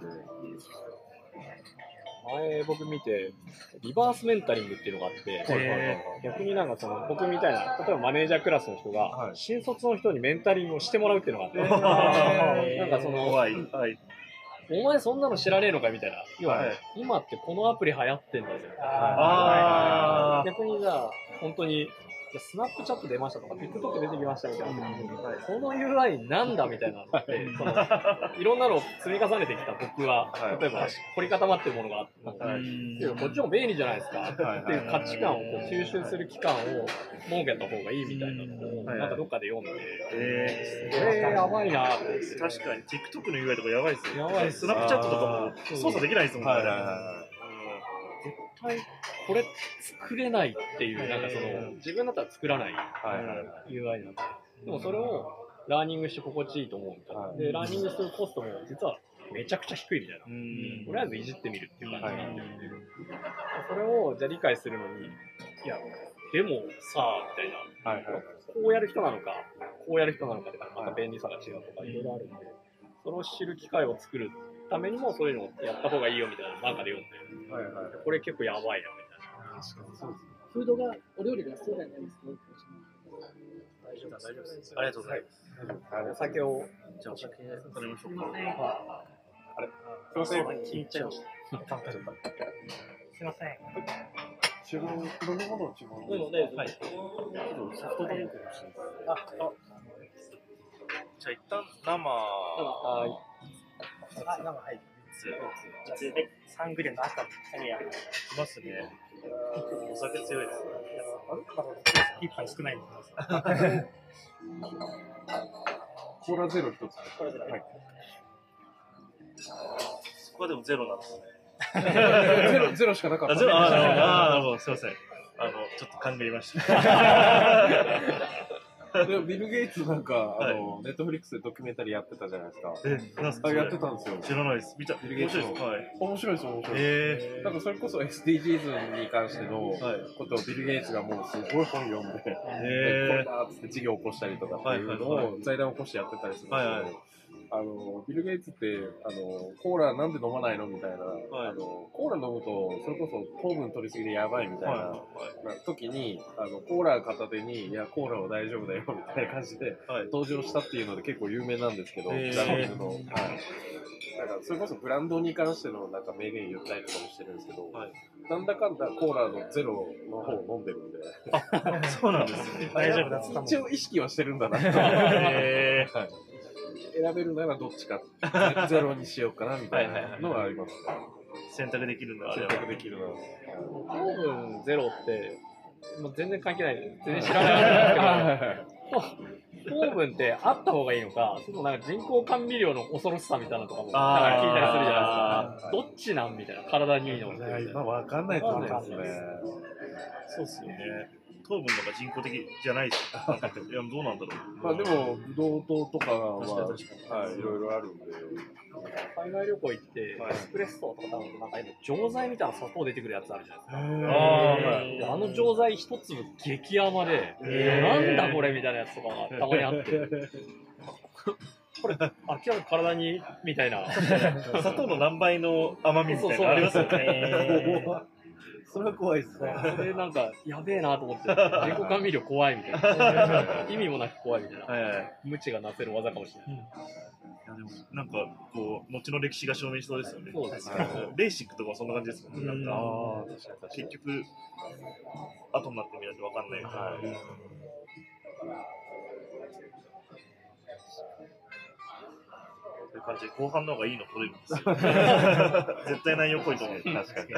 前僕見てリバースメンタリングっていうのがあって、逆になんかその僕みたいな例えばマネージャークラスの人が新卒の人にメンタリングをしてもらうっていうのがあって、なんかそのお前そんなの知らねえのかみたいな、今ってこのアプリ流行ってんだぜ、逆にじゃあ本当にスナップチャット出ましたとか、TikTok 出てきましたみたいな、この UI なんだみたいなのって、いろんなのを積み重ねてきた僕は、例えば凝り固まってるものがあって、こっちも便利じゃないですかっていう価値観をこう吸収する期間を設けた方がいいみたいなのを、なんかどっかで読んで、やばいなって。 確かに TikTok の UI とかやばいですよ。 やばいっす。 スナップチャットとかも操作できないですもんね。 絶対これ作れないっていう、なんかその自分だったら作らない UI なんで、でもそれをラーニングして心地いいと思うみたいな。で、ラーニングするコストも実はめちゃくちゃ低いみたいな。とりあえずいじってみるっていう感じなんで、それをじゃあ理解するのに、いや、でもさあみたいな、こうやる人なのか、こうやる人なのかってまた便利さが違うとかいろいろあるんで、それを知る機会を作るためにもそういうのをやった方がいいよみたいなの中で読んで、これ結構やばいなみたいな。 フードが、お料理がそうじゃないですね。 大丈夫です。 ありがとうございます。 お酒を。 じゃあお酒飲みましょうか。 あれすいません。 聞いちゃいました。すいません。 注文、飲み物を注文。 はい。ソフトドリンク欲しいです。じゃあ一旦生。 はい。 生入ってじゃあそれでサングリアの赤のいますね。お酒強いですね。 一杯少ないんでコーラゼロ一つ。 これではい。 そこはでもゼロなんですね。 ゼロしかなかった。 なるほど、すみません。ちょっと勘ぐりました。 でもビル・ゲイツなんか、ネットフリックスでドキュメンタリーやってたじゃないですか。 なんすか？ やってたんですよ。 知らないです。ビル・ゲイツ面白いです。 面白いです、面白いです。なんかそれこそ SDGs に関してのことをビル・ゲイツがもうすごい本読んで、これだっつって事業を起こしたりとかっていうのを財団を起こしてやってたりするんですけど、ビル・ゲイツってコーラなんで飲まないのみたいな、コーラ飲むとそれこそ糖分取りすぎでやばいみたいな時にコーラ片手にいやコーラは大丈夫だよみたいな感じで登場したっていうので結構有名なんですけど、ジャニーズの、なんかそれこそブランドに関してのなんか名言言ったりとかもしてるんですけど、なんだかんだコーラのゼロの方を飲んでるんで、 そうなんですね。 大丈夫だっつったもん。 一応意識はしてるんだなと。選べるならどっちかゼロにしようかなみたいなのはありますね。 選択できるのは選択できるな。 糖分ゼロってもう全然関係ないです。全然知らないんですけど、糖分ってあった方がいいのか、それともなんか人工甘味料の恐ろしさみたいなのとかもなんか聞いたりするじゃないですか。どっちなんみたいな、体にいいのって。 今わかんないと思いますね。 そうっすよね。糖分とか人工的じゃないですか。いや、どうなんだろう。 まあでも、ブドウ糖とかは、いろいろあるんで。 海外旅行行って、エスプレッソとか多分なんか錠剤みたいな砂糖出てくるやつあるじゃないですか。の錠剤一粒激甘で、なんだこれみたいなやつとかがたまにあって。これ、明らかに体にみたいな。 砂糖の何倍の甘みみたいなのありますよね。 それは怖いっすね。 それなんか、やべえなと思って、人工甘味料怖いみたいな。意味もなく怖いみたいな。無知がなせる技かもしれない。いやでもなんかこう後の歴史が証明しそうですよね。 そうですね。 レーシックとかもそんな感じですもんね。なんか結局後になってみないと分かんない。そういう感じで後半の方がいいの取れるんですよ。絶対内容っぽいと思う。確かに。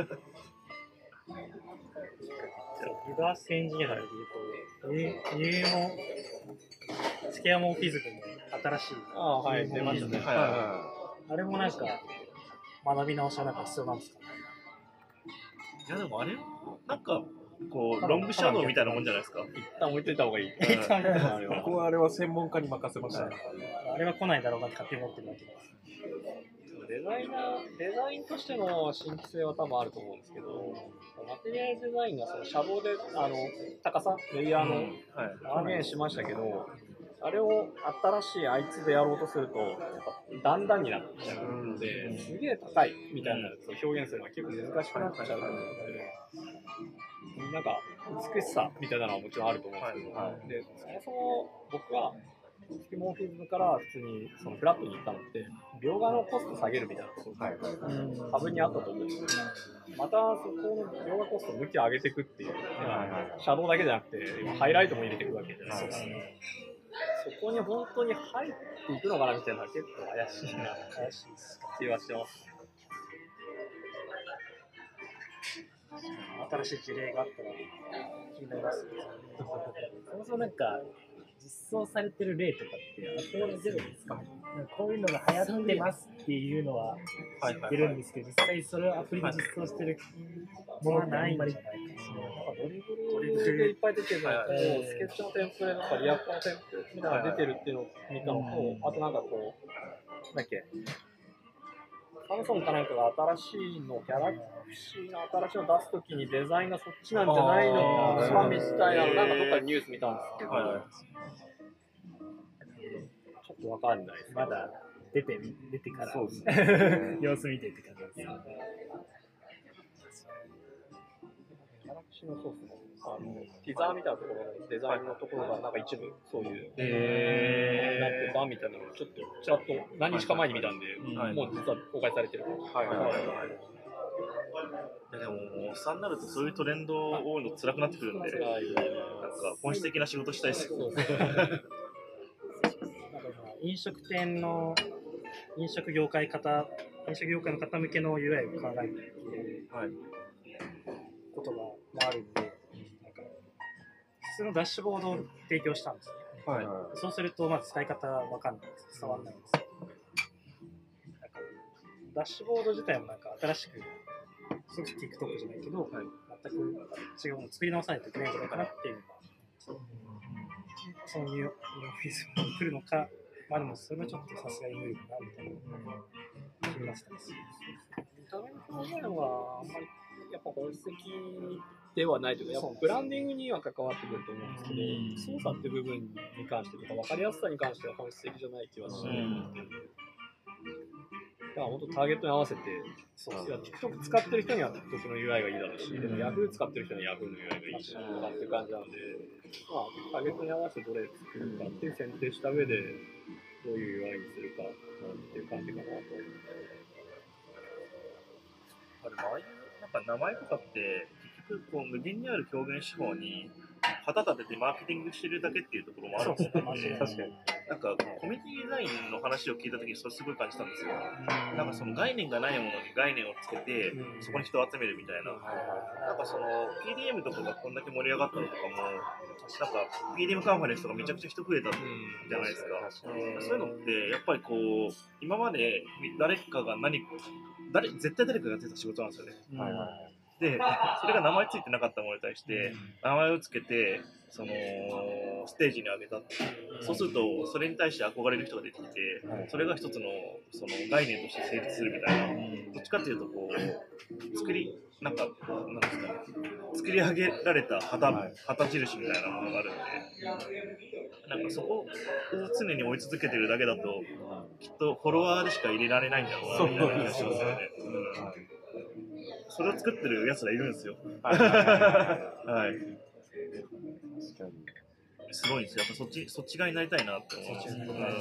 ユダースエンジニアでいうと、ニューモスケアモーフィズムの新しい。 出ましたね。 あれもなんか、学び直しはなんか必要なんですか？ いやでもあれなんか、こう、ロングシャドウみたいなもんじゃないですか。 一旦置いといた方がいい。 ここはあれは専門家に任せました。 あれは来ないだろうなって勝手に思ってるだけです。 デザインとしての新規性は多分あると思うんですけど、マテリアルデザインがそのシャドウで高さ、レイヤーの表現しましたけど、あれを新しいあいつでやろうとすると、やっぱだんだんになっちゃうので、すげえ高いみたいなやつを表現するのが結構難しくなっちゃうと思うので、なんか美しさみたいなのはもちろんあると思うんですけど、でそもそも僕はスキモーフィズムから普通にそのフラットに行ったのって、描画のコスト下げるみたいなところが多分にあったと思うんですけど、またそこの描画コストを向き上げていくっていう、シャドウだけじゃなくて、今ハイライトも入れていくわけじゃないですか。そこに本当に入っていくのかなみたいなのは結構怪しいな、気はしてます。 新しい事例があったら気になりますね。 そもそもなんか実装されてる例とかってあそうゼロですか？こういうのが流行ってますっていうのは知ってるんですけど、実際それをアプリで実装してるものはないんじゃないかな。 ドリブルでいっぱい出てるのと、スケッチのテンプレとかリアクトのテンプレみたいなのが出てるっていうのを見たのと、あとなんかこう、なんだっけ、サムソンかなんかが新しいの、ギャラクシーの新しいの出すときにデザインがそっちなんじゃないのかみたいなの、なんかどっかでニュース見たんですけど、ちょっとわかんないです。 まだ出てから、様子見てって感じです。 ギャラクシーのソースのティザーみたいなところのデザインのところがなんか一部そういうなってたみたいなのをちょっとちらっと何日か前に見たんで、もう実は公開されてる。 でもおっさんになるとそういうトレンドを追うの辛くなってくるんで、なんか本質的な仕事したいですよ。 飲食業界の方向けの UI を考えていることがあるんで、なんか普通のダッシュボードを提供したんですね。そうするとまず使い方わかんないです。伝わらないんですけど、なんかダッシュボード自体もなんか新しく、すごく TikTok じゃないけど、全く違うものを作り直さないといけないんじゃないかなっていうのが、そういうフィズムが来るのか、まあでもそれはちょっとさすがに無理かなみたいな気がしたんですよ。 見た目の表現はあんまりやっぱ本質的ではないというか、やっぱブランディングには関わってくると思うんですけど、操作って部分に関してとか分かりやすさに関しては本質的じゃない気はするので、だから本当ターゲットに合わせて、TikTok 使ってる人には TikTok の UI がいいだろうし、でも Yahoo 使ってる人には Yahoo の UI がいいしとかっていう感じなので、まあ、ターゲットに合わせてどれ作るかっていう選定した上で、どういう UI にするかっていう感じかなと思います。 ああいうなんか名前とかって結局こう無限にある表現手法に旗立ててマーケティングしてるだけっていうところもあるんですよね。確かに。なんかコミュニティデザインの話を聞いたときにそれすごい感じたんですよ。なんかその概念がないものに概念をつけてそこに人を集めるみたいな。なんかその PDM とかがこんだけ盛り上がったのとかも、なんか PDM カンファレンスとかめちゃくちゃ人増えたじゃないですか。そういうのってやっぱりこう今まで誰かが絶対誰かがやってた仕事なんですよね。で、それが名前ついてなかったものに対して名前をつけてそのステージに上げた。そうするとそれに対して憧れる人が出てきて、それが一つのその概念として成立するみたいな。どっちかっていうとこう作り上げられた旗印みたいなものがあるんで、なんかそこを常に追い続けてるだけだときっとフォロワーでしか入れられないんだろうなみたいな気がしますよね。それを作ってるやつらいるんですよ。はい。すごいんですよ。やっぱそっち側になりたいなって思います。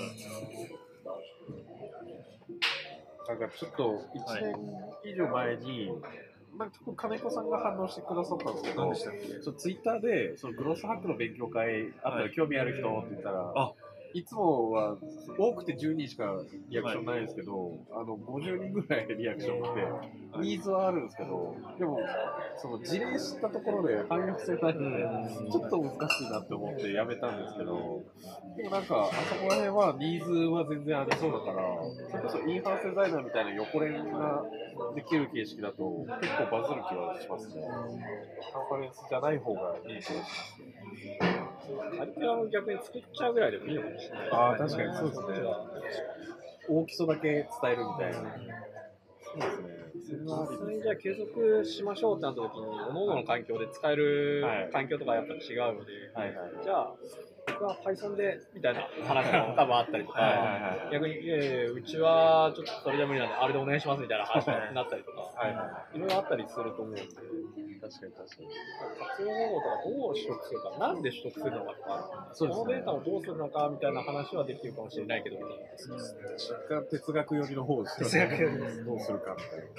なんかちょっと1年以上前に、多分金子さんが反応してくださったんですけど、ツイッターでそのグロスハックの勉強会あったら興味ある人って言ったら、いつもは多くて10人しかリアクションないんですけど、50人ぐらいリアクション来て、ニーズはあるんですけど、でも、その事例知ったところで反映性ないので、ちょっと難しいなって思ってやめたんですけど、でもなんか、あそこら辺はニーズは全然ありそうだから、それこそインハウスデザイナーみたいな横連ができる形式だと結構バズる気はしますね。カンファレンスじゃない方がいい気がしますね。 カリキュラム逆に作っちゃうぐらいでもいいのかもしれない。 確かにそうですね。大きさだけ伝えるみたいな。そうですね。 実際にじゃあ継続しましょうってなった時に、各々の環境で使える環境とかやっぱ違うので、じゃあ、僕僕は Python でみたいな話も多分あったりとか、逆にうちはちょっとそれじゃ無理なんであれでお願いしますみたいな話になったりとか、いろいろあったりすると思うんで、 確かに確かに。 活用方法とかどう取得するか、なんで取得するのかとか、そのデータをどうするのかみたいな話はできるかもしれないけど、 若干哲学寄りの方ですよね。どうするかみたいな。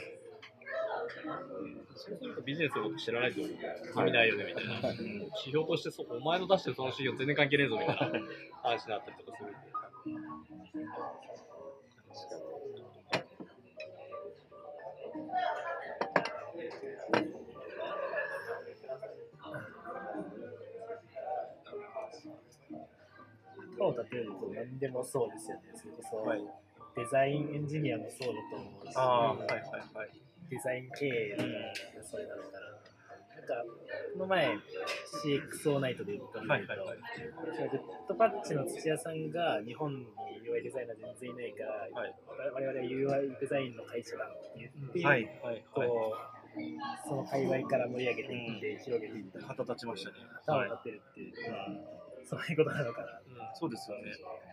そうするとビジネスのこと知らないと意味ないよねみたいな、指標としてお前の出してるその指標全然関係ねえぞみたいな話になったりとかするんで。 を例えると何でもそうですよね。それこそ、デザインエンジニアもそうだと思うし、デザイン経営もそれなのかな。なんか、この前 CXO ナイトで言ったんだけど、ジェットパッチの土屋さんが日本に UI デザイナー全然いないから、我々は UI デザインの会社だって言って、その界隈から盛り上げていって、広げていった。 旗立ちましたね。 旗を立てるっていう、そういうことなのかな。 そうですよね。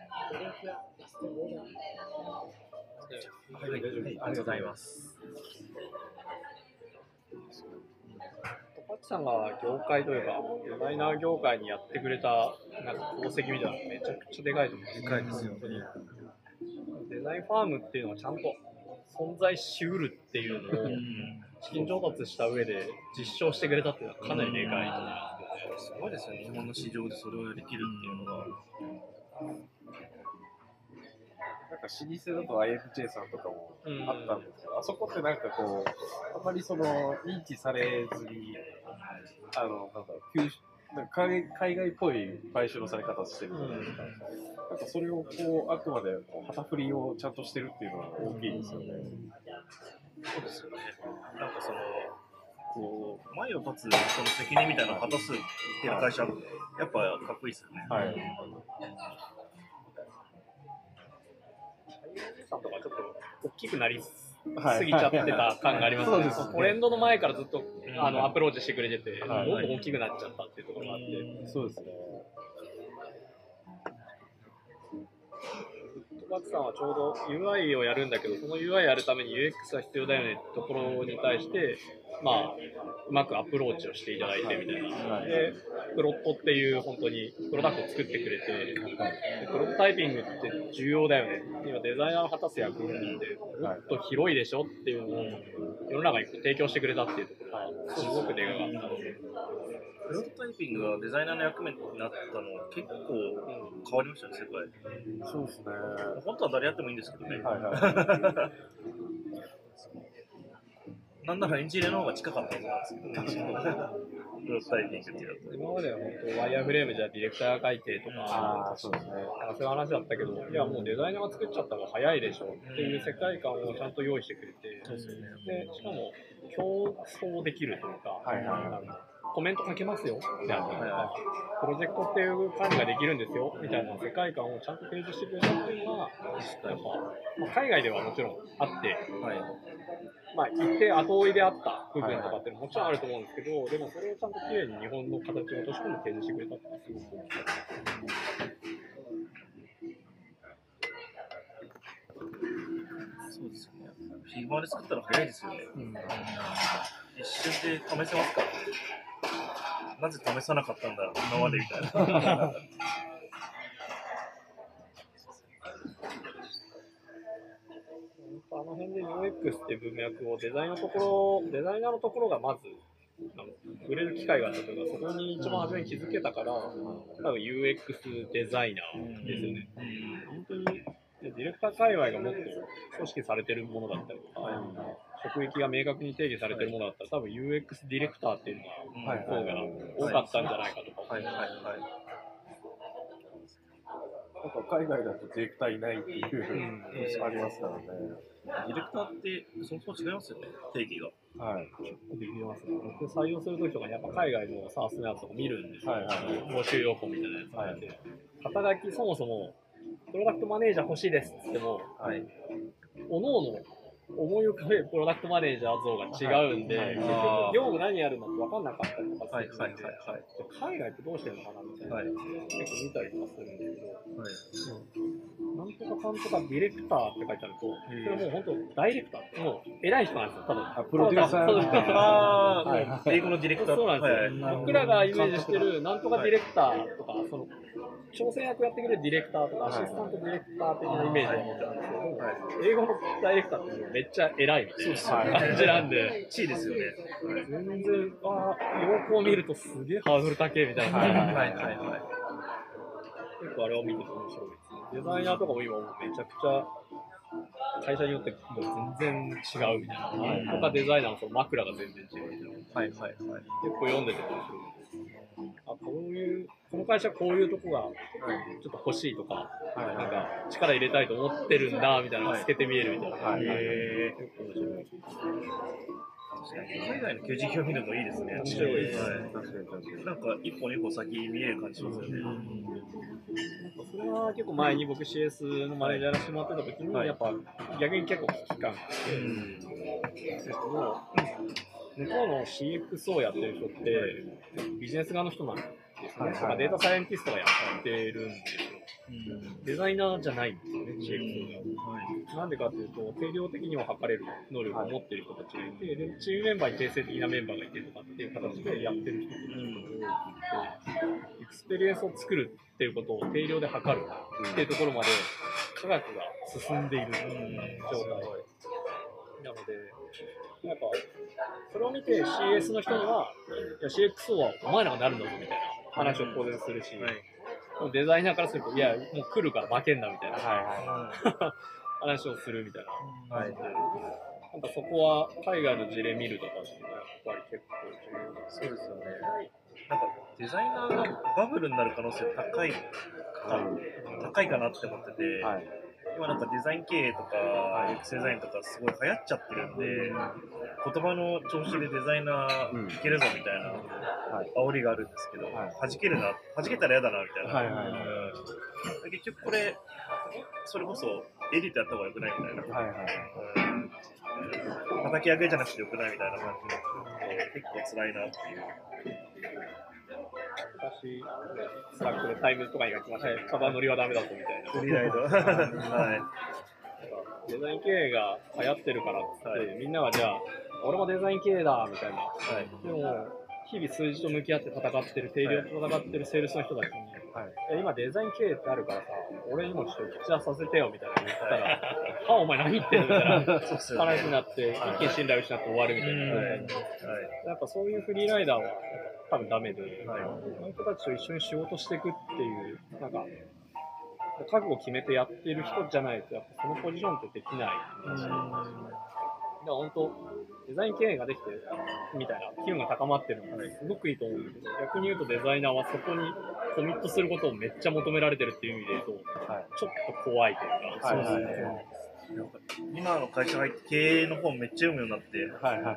ありがとうございます。パッチさんが業界というか、デザイナー業界にやってくれたなんか功績みたいなのめちゃくちゃでかいと思います。 でかいですよ。 デザインファームっていうのはちゃんと存在しうるっていうのを資金調達した上で実証してくれたっていうのはかなりでかいと思います。 すごいですよね。日本の市場でそれをできるっていうのが。 なんか老舗だと IFJ さんとかもあったんですけど、あそこってなんかこう、あんまりその認知されずに、なんか海外っぽい買収のされ方をしてるじゃないですか。なんかそれをこう、あくまで旗振りをちゃんとしてるっていうのは大きいですよね。 そうですよね。なんかその、こう、前を立つその責任みたいなのを果たすっていう会社、やっぱかっこいいですよね。 はい。さんとかちょっと大きくなりすぎちゃってた感がありますね。トレンドの前からずっとアプローチしてくれてて、どんどん大きくなっちゃったっていうところがあって。 そうですね。 バツさんはちょうど UI をやるんだけど、その UI やるために UX が必要だよねってところに対して、まあ、うまくアプローチをしていただいてみたいな。で、プロットっていう本当にプロダクトを作ってくれて、プロトタイピングって重要だよね。今デザイナーの果たす役割なんてもっと広いでしょっていうのを世の中に提供してくれたっていうところがすごくでかかったので。 プロトタイピングがデザイナーの役目になったのは結構変わりましたね、世界。 そうですね。 本当は誰やってもいいんですけどね。なんならエンジニアの方が近かったはずなんですけど、プロトタイピングっていうと。 今までは本当ワイヤーフレームじゃディレクターが書いてとか、そういう話だったけど、いやもうデザイナーが作っちゃった方が早いでしょっていう世界観をちゃんと用意してくれて、でしかも競争できるというか、コメント書けますよみたいな、プロジェクトっていう管理ができるんですよみたいな世界観をちゃんと提示してくれたっていうのは、やっぱ、海外ではもちろんあって、まあ、一定後追いであった部分とかっていうのももちろんあると思うんですけど、でもそれをちゃんときれいに日本の形に落とし込んで提示してくれたっていうのはすごく大きかった。 そうですよね。フィグマで作ったら早いですよね。一瞬で試せますからね。なぜ試さなかったんだろう、今までみたいな。 あの辺で UX っていう文脈をデザイナーのところがまず触れる機会があったというか、そこに一番初めに気づけたから、多分 UX デザイナーですよね。本当にディレクター界隈がもっと組織されてるものだったりとか、職域が明確に定義されてるものだったら、多分 UX ディレクターっていうのが多かったんじゃないかとか。 なんか海外だとディレクターいないっていうありますからね。 ディレクターってそもそも違いますよね、定義が。 結構できますね。僕採用するときとかにやっぱ海外のSaaSのやつとか見るんですよ。募集要項みたいなやつがあって。肩書きそもそもプロダクトマネージャー欲しいですって言っても、おのおの思い浮かべるプロダクトマネージャー像が違うんで、結局業務何やるのって分かんなかったりとかするんで、海外ってどうしてるのかなみたいな、結構見たりとかするんですけど、なんとかかんとかディレクターって書いてあると、それはもう本当ダイレクター、もう偉い人なんですよ、多分。 プロデューサー。 英語のディレクター。 そうなんですよ。僕らがイメージしてるなんとかディレクターとか、その挑戦役やってくれるディレクターとか、アシスタントディレクター的なイメージを持ってたんですけど、英語のダイレクターってめっちゃ偉いみたいな感じなんで、 地位ですよね。 全然、要項を見るとすげえハードル高いみたいな。結構あれを見てて面白いですね。デザイナーとかも今めちゃくちゃ会社によってもう全然違うみたいな。とかデザイナーのその枕が全然違うみたいな。結構読んでて面白いです。この会社こういうとこがちょっと欲しいとか、なんか力入れたいと思ってるんだみたいなのが透けて見えるみたいな。結構面白い。 海外の求人票見るのいいですね。面白いです。なんか一歩二歩先見える感じしますよね。 それは結構前に僕 CS のマネージャーやらせてもらってた時に、やっぱ逆に結構危機感があって、向こうの CX をやってる人ってビジネス側の人なんですね。データサイエンティストがやってるんですよ。デザイナーじゃないんですよね、CX が。なんでかというと、定量的には測れる能力を持っている人たちがいて、でチームメンバーに定性的なメンバーがいてとかっていう形でやってる人たちが多くて、エクスペリエンスを作るっていうことを定量で測るっていうところまで科学が進んでいる状態。なので、やっぱそれを見て CS の人には、いや CXO はお前らがなるんだぞみたいな話を当然するし、デザイナーからすると、いや、もう来るから負けんなみたいな話をするみたいな。なんかそこは海外の事例見るとかっていうのはやっぱり結構そうですよね。なんかデザイナーがバブルになる可能性高いかなって思ってて、今なんかデザイン経営とか UX デザインとかすごい流行っちゃってるんで、言葉の調子でデザイナーいけるぞみたいな煽りがあるんですけど、弾けたら嫌だなみたいな。結局これそれこそエディットやった方が良くないみたいな。叩き上げじゃなくて良くないみたいな感じで結構辛いなっていう。 昔、スラックでタイムとかに書きましたけど、カバー乗りはダメだぞみたいな。 フリーライド。 デザイン経営が流行ってるからって、みんながじゃあ、俺もデザイン経営だみたいな。でも、日々数字と向き合って戦ってる、定量と戦ってるセールスの人たちに、今デザイン経営ってあるからさ、俺にもちょっと口出させてよみたいな言ったら、お前何言ってんのみたいな話になって、一気に信頼を失って終わるみたいな。やっぱそういうフリーライダーは多分ダメで、その人たちと一緒に仕事していくっていう、なんか、覚悟を決めてやってる人じゃないと、やっぱそのポジションってできないし、だから本当、デザイン経営ができてみたいな機運が高まってるのがすごくいいと思うんだけど、逆に言うとデザイナーはそこにコミットすることをめっちゃ求められてるっていう意味で言うと、ちょっと怖いというか、 今の会社入って経営の本めっちゃ読むようになって、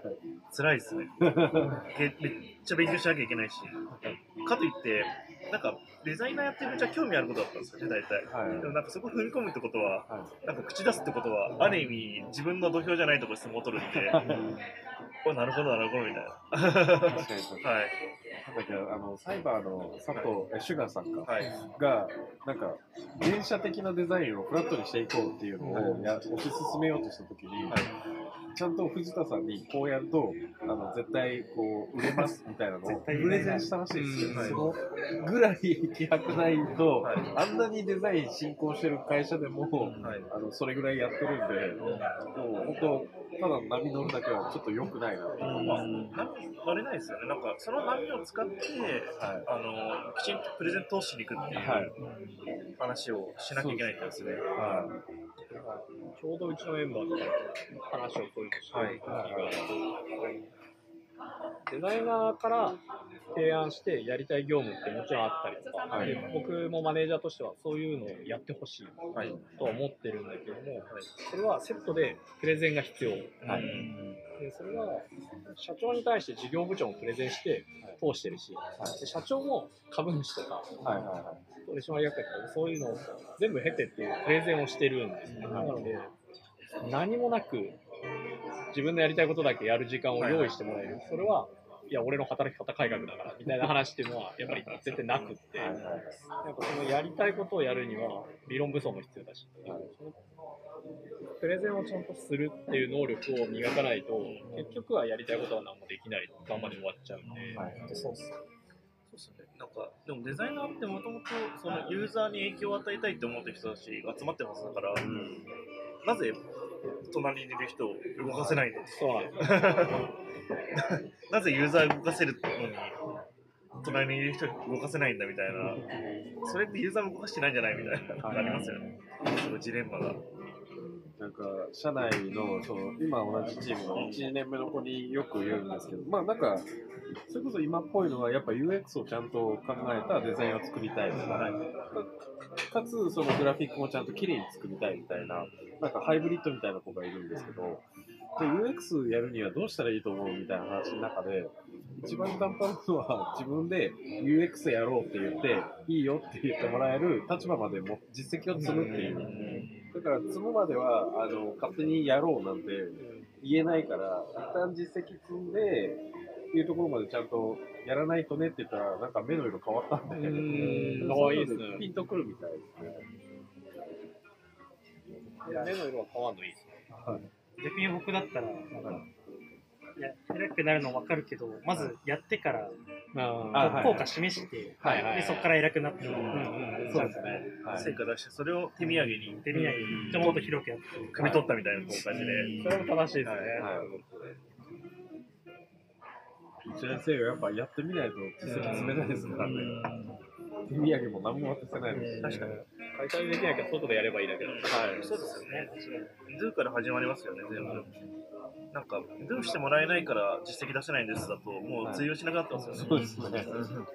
辛いですね。めっちゃ勉強しなきゃいけないし、かといって、なんかデザイナーやってるうちは興味あることだったんですよね、大体。でもなんかそこ踏み込むってことは、なんか口出すってことは、ある意味自分の土俵じゃないところに相撲を取るんで、なるほど、なるほど、みたいな。 確かに。なんだっけ、サイバーの佐藤、シュガーさんか、が、なんか、原社的なデザインをフラットにしていこうっていうのを推し進めようとしたときに、ちゃんと藤田さんにこうやると、絶対こう売れますみたいなのをプレゼンしたらしいですけど、そのぐらい気迫ないと、あんなにデザイン進行してる会社でも、それぐらいやってるんで、もう本当、ただの波乗るだけはちょっと良くないなと思います。 波乗れないですよね。なんかその波を使って、きちんとプレゼントをしに行くっていう話をしなきゃいけないんですね。 ちょうどうちのメンバーと話を取りして、デザイナーから提案してやりたい業務ってもちろんあったりとか、僕もマネージャーとしてはそういうのをやってほしいとは思ってるんだけども、それはセットでプレゼンが必要。でそれは社長に対して事業部長もプレゼンして通してるし、で社長も株主とか、取締役会とかそういうのを全部経てっていうプレゼンをしてるんですね。なので何もなく自分のやりたいことだけやる時間を用意してもらえる、それはいや俺の働き方改革だからみたいな話っていうのはやっぱり絶対なくって、やっぱそのやりたいことをやるには理論武装も必要だし、プレゼンをちゃんとするっていう能力を磨かないと、結局はやりたいことは何もできないままで終わっちゃうんで。そうっすね。 なんかでもデザイナーってもともとそのユーザーに影響を与えたいって思ってる人たちが集まってるはずだから、なぜ隣にいる人を動かせないんですか。 そうなんですなぜユーザーを動かせるのに隣にいる人を動かせないんだみたいな、それってユーザーを動かしてないんじゃないみたいなのがありますよね。そのジレンマが。 なんか社内のその今同じチームの1年目の子によく言うんですけど、まあなんかそれこそ今っぽいのはやっぱ UX をちゃんと考えたデザインを作りたいみたいな、かつそのグラフィックもちゃんと綺麗に作りたいみたいな、なんかハイブリッドみたいな子がいるんですけど、で UX やるにはどうしたらいいと思うみたいな話の中で、一番簡単なのは自分で UX やろうって言っていいよって言ってもらえる立場までも実績を積むっていう。だから積むまでは勝手にやろうなんて言えないから、一旦実績積んでっていうところまでちゃんとやらないとねって言ったら、なんか目の色変わったんで、そういうのでピンとくるみたいですね。 目の色が変わるのいいですね。 はい、逆に僕だったら、なんか偉くなるの分かるけど、まずやってから効果示して、でそこから偉くなって、そうですね。 成果出して、それを手土産にもっと広くやって、 汲み取ったみたいな感じで、 それも正しいですね。 1年生はやっぱやってみないと実績積めないですからね。手土産も何も渡せないです。 確かに。会社でできなきゃ外でやればいいだけど。 そうですよね。Do から始まりますよね、全部。なんか、Do してもらえないから実績出せないんですだと、もう通用しなくなってますよね。 そうですね。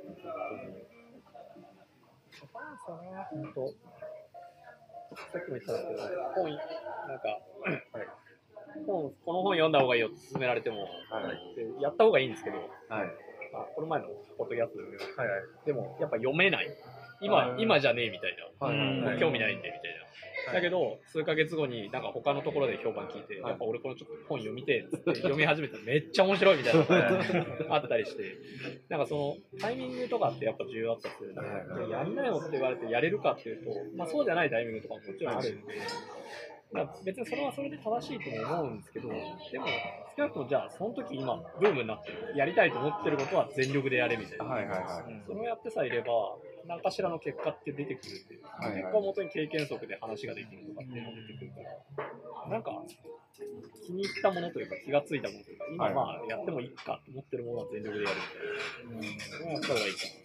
さっきも言ったんですけど、なんか、この本読んだ方がいいよって勧められても、やった方がいいんですけど、この前のポッドキャストでもやっぱ読めない。今じゃねえみたいな。興味ないんでみたいな。だけど、数ヶ月後になんか他のところで評判聞いて、やっぱ俺このちょっと本読みてって読み始めたらめっちゃ面白いみたいなのがあったりして、なんかそのタイミングとかってやっぱ重要だったりするんで、やりなよって言われてやれるかっていうと、まあそうじゃないタイミングとかももちろんあるんで、別にそれはそれで正しいとも思うんですけど、でも少なくともじゃあその時今ブームになってる、やりたいと思ってることは全力でやれみたいな、それをやってさえいれば何かしらの結果って出てくるっていう、結果をもとに経験則で話ができるとかっていうのが出てくるから、なんか気に入ったものというか気がついたものというか、今まあやってもいいかと思ってるものは全力でやるみたいな、それはやった方がいいかな。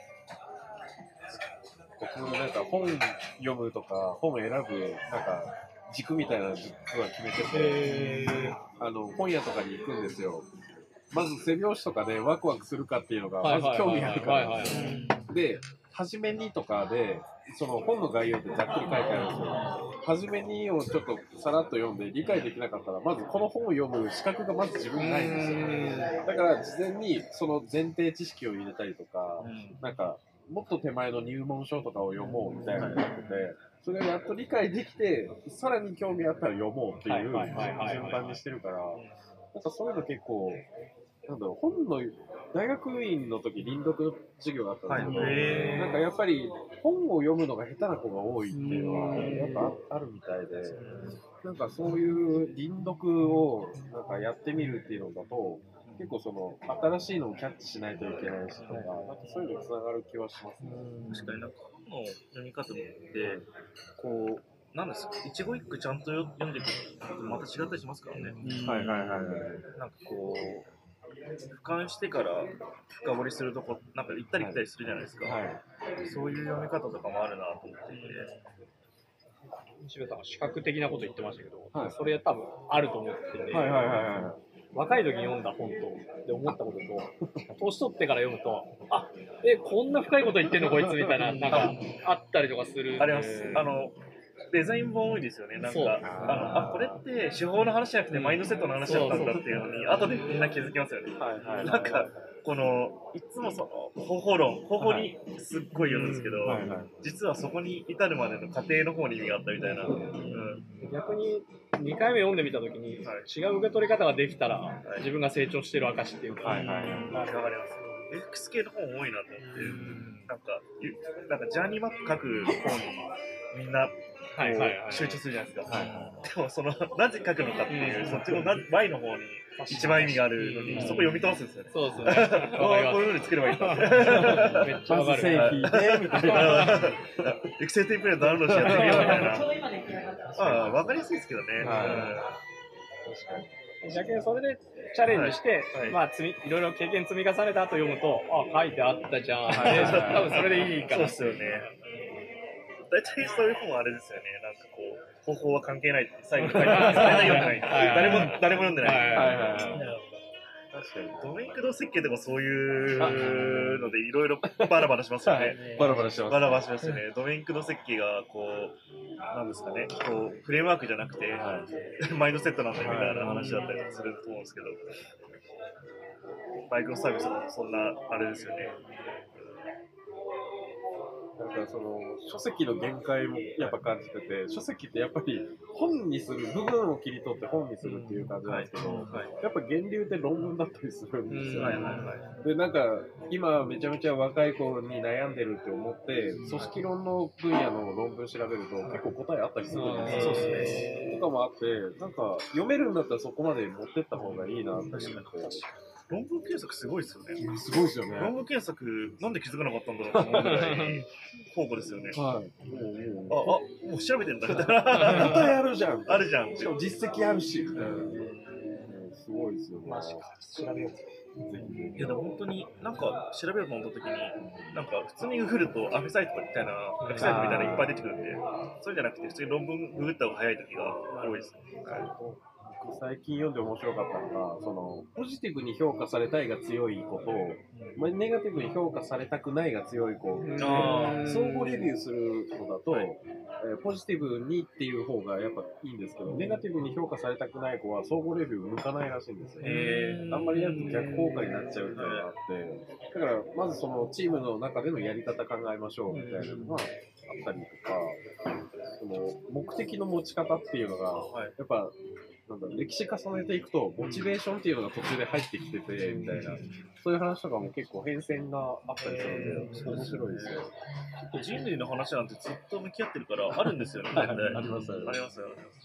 僕もなんか本読むとか本選ぶなんか軸みたいなのは決めてて、本屋とかに行くんですよ。まず背表紙とかでワクワクするかっていうのがまず興味あるからなんですよ。で、初めにとかでその本の概要ってざっくり書いてあるんですよ。初めにをちょっとさらっと読んで理解できなかったら、まずこの本を読む資格がまず自分にないんですよ。だから事前にその前提知識を入れたりとか、なんかもっと手前の入門書とかを読もうみたいなのがあって、それをやっと理解できて、さらに興味あったら読もうっていう順番にしてるから、なんかそういうの結構、なんだろう、本の大学院の時輪読の授業があったんですけど、なんかやっぱり本を読むのが下手な子が多いっていうのはやっぱあるみたいで、なんかそういう輪読をなんかやってみるっていうのだと、結構その新しいのをキャッチしないといけないしとか、なんかそういうのにつながる気はしますね。 確かになんか本の読み方ってこうなんですか、一語一句ちゃんと読んでいくとまた違ったりしますからね。なんかこう俯瞰してから深掘りするとこなんか行ったり来たりするじゃないですか。そういう読み方とかもあるなと思っていて。 西部さんは視覚的なこと言ってましたけど、それ多分あると思ってて。若い時に読んだ本とで思ったことと、年取ってから読むと、こんな深いこと言ってんのこいつみたいな、なんかあったりとかする。 あります。デザイン本多いですよね。なんかこれって手法の話じゃなくてマインドセットの話だったんだっていうのに後でみんな気づきますよね。なんかこのいつもその方法にすっごい言うんですけど、実はそこに至るまでの過程の方に意味があったみたいな。 逆に2回目読んでみたときに、違う受け取り方ができたら、自分が成長してる証っていうか、 わかります。FX 系の本多いなと思って、なんかジャーニーマップ書く本にみんな集中するじゃないですか。でもそのなぜ書くのかっていう、そっちの Y の方に一番意味があるのに、そこ読み通すんですよね。 そうですね。 こういうのに作ればいいんだって。 めっちゃわかる。 製品でみたいな。 エクセルテンプレートダウンロードしてやってみようみたいな。わかりやすいですけどね。 逆にそれでチャレンジして、まあいろいろ経験積み重ねた後読むと、あ、書いてあったじゃん。多分それでいいから。 そうですよね。大体そういう本はあれですよね。なんかこう方法は関係ないって最後に書いてあるんですけど、読んでない。誰も読んでない。確かにドメイン駆動設計でもそういうのでいろいろバラバラしますよね。 バラバラしてます。 バラバラしますよね。ドメイン駆動設計がこうなんですかね、こうフレームワークじゃなくてマインドセットなんだよみたいな話だったりすると思うんですけど、マイクロサービスもそんなあれですよね。 なんかその書籍の限界もやっぱ感じてて、書籍ってやっぱり本にする部分を切り取って本にするっていう感じなんですけど、やっぱ源流って論文だったりするんですよ。でなんか今めちゃめちゃ若い子に悩んでるって思って組織論の分野の論文調べると結構答えあったりするんですよ。そうですね。とかもあって、なんか読めるんだったらそこまで持ってった方がいいなって思って。 論文検索すごいですよね。 すごいですよね。 論文検索なんで気づかなかったんだろうと思うぐらい宝庫ですよね。もう調べてんだみたいな。 答えあるじゃん。 あるじゃん。 しかも実績あるし。すごいですよね。 マジか。調べよう。 いやでも本当になんか調べようと思った時になんか普通にググるとアフェサイトみたいなアフェサイトみたいなのいっぱい出てくるんで、そうじゃなくて普通に論文ググった方が早い時が多いですね。 最近読んで面白かったのが、そのポジティブに評価されたいが強い子と、ネガティブに評価されたくないが強い子、相互レビューするのだと、ポジティブにっていう方がやっぱいいんですけど、ネガティブに評価されたくない子は相互レビュー向かないらしいんですよ。あんまりやると逆効果になっちゃうっていうのがあって、だからまずそのチームの中でのやり方考えましょうみたいなのがあったりとか、その目的の持ち方っていうのがやっぱなんだ歴史重ねていくとモチベーションっていうのが途中で入ってきててみたいな、そういう話とかも結構変遷があったりするので面白いですよ。 人類の話なんてずっと向き合ってるからあるんですよね。 ありますあります。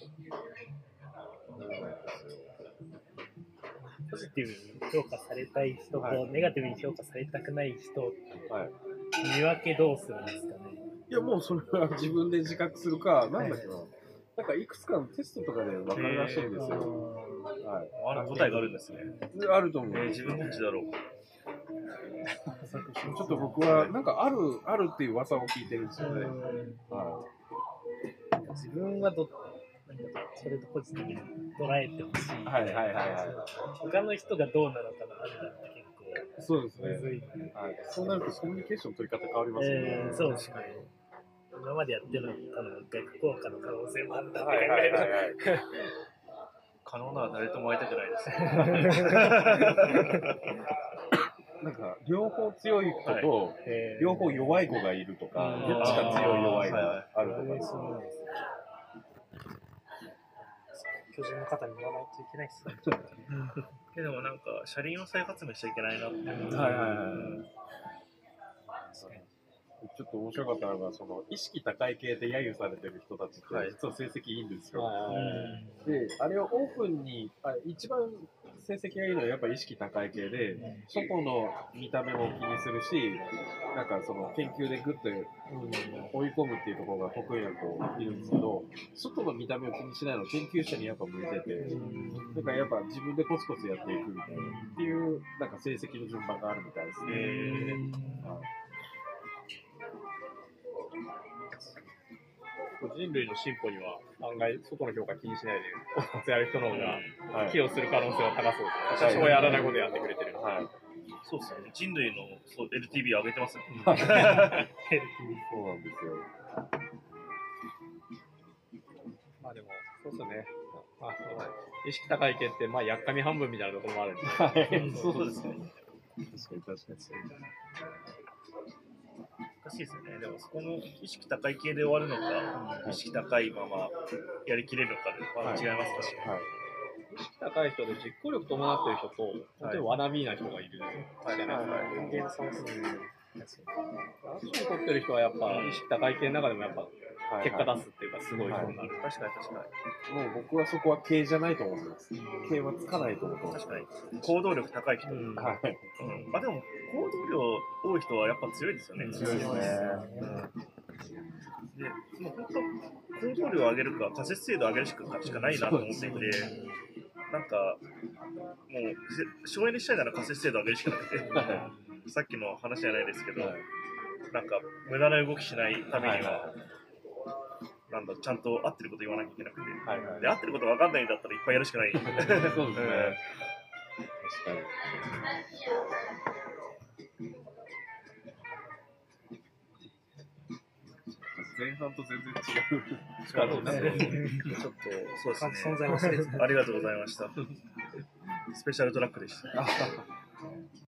ポジティブに評価されたい人とネガティブに評価されたくない人、見分けどうするんですかね。 いやもうそれは自分で自覚するか、なんだっけな。なんかいくつかのテストとかで分かるらしいんですよ。 答えがあるんですね。 あると思う。 自分どっちだろう。 ちょっと僕はなんかあるっていう噂を聞いてるんですよね。 自分はそれとポジティブに捉えてほしい。他の人がどうなのかなって結構。 そうですね。そうなるとコミュニケーションの取り方変わりますよね。 そうですね。今までやってるの逆効果の可能性もあったって考える。 可能なら誰とも会いたくないです。 なんか両方強い子と両方弱い子がいるとか、どっちが強い弱いがあるとか。 巨人の方に言わないといけないですね。 でもなんか車輪を再発明しちゃいけないなって。 ちょっと面白かったのが、その意識高い系で揶揄されてる人たちって実は成績いいんですよ。で、あれをオープンに一番成績がいいのはやっぱり意識高い系で、外の見た目も気にするし、なんかその研究でグッと追い込むっていうところが得意な子いるんですけど、外の見た目を気にしないの研究者にやっぱ向いてて、だからやっぱ自分でコツコツやっていくみたいなっていうなんか成績の順番があるみたいですね。 人類の進歩には案外外の評価気にしないでコツコツやる人の方が寄与する可能性は高そうです。私もやらないことやってくれてる。 そうですね。人類のLTV 上げてますね。 そうなんですよ。 まあでもそうですよね。意識高い系ってやっかみ半分みたいなところもあるんで。 そうですね。 難しいですよね。でもそこの意識高い系で終わるのか、意識高いままやりきれるのかで、まあ、違います、確かに。 意識高い人で実行力伴ってる人と、本当にわなびな人がいるじゃないですか。アクション取ってる人はやっぱ意識高い系の中でもやっぱ結果出すっていうかすごい人になる。 確かに確かに。もう僕はそこは系じゃないと思ってます。系はつかないと思ってます。 確かに。行動力高い人。はい。まあでも行動量多い人はやっぱ強いですよね。 強いですね。 で、もう本当行動量を上げるか仮説精度を上げるしかないなと思っていて、なんかもう省エネしたいなら仮説精度を上げるしかなくて。さっきの話じゃないですけど、なんか無駄な動きしないためには、なんだちゃんと合ってること言わなきゃいけなくて、で合ってること分かんないんだったらいっぱいやるしかない。そうですね。確かに。 前半と全然違う。 そうですね。ちょっとそうですね。存在忘れてた。ありがとうございました。スペシャルトラックでした。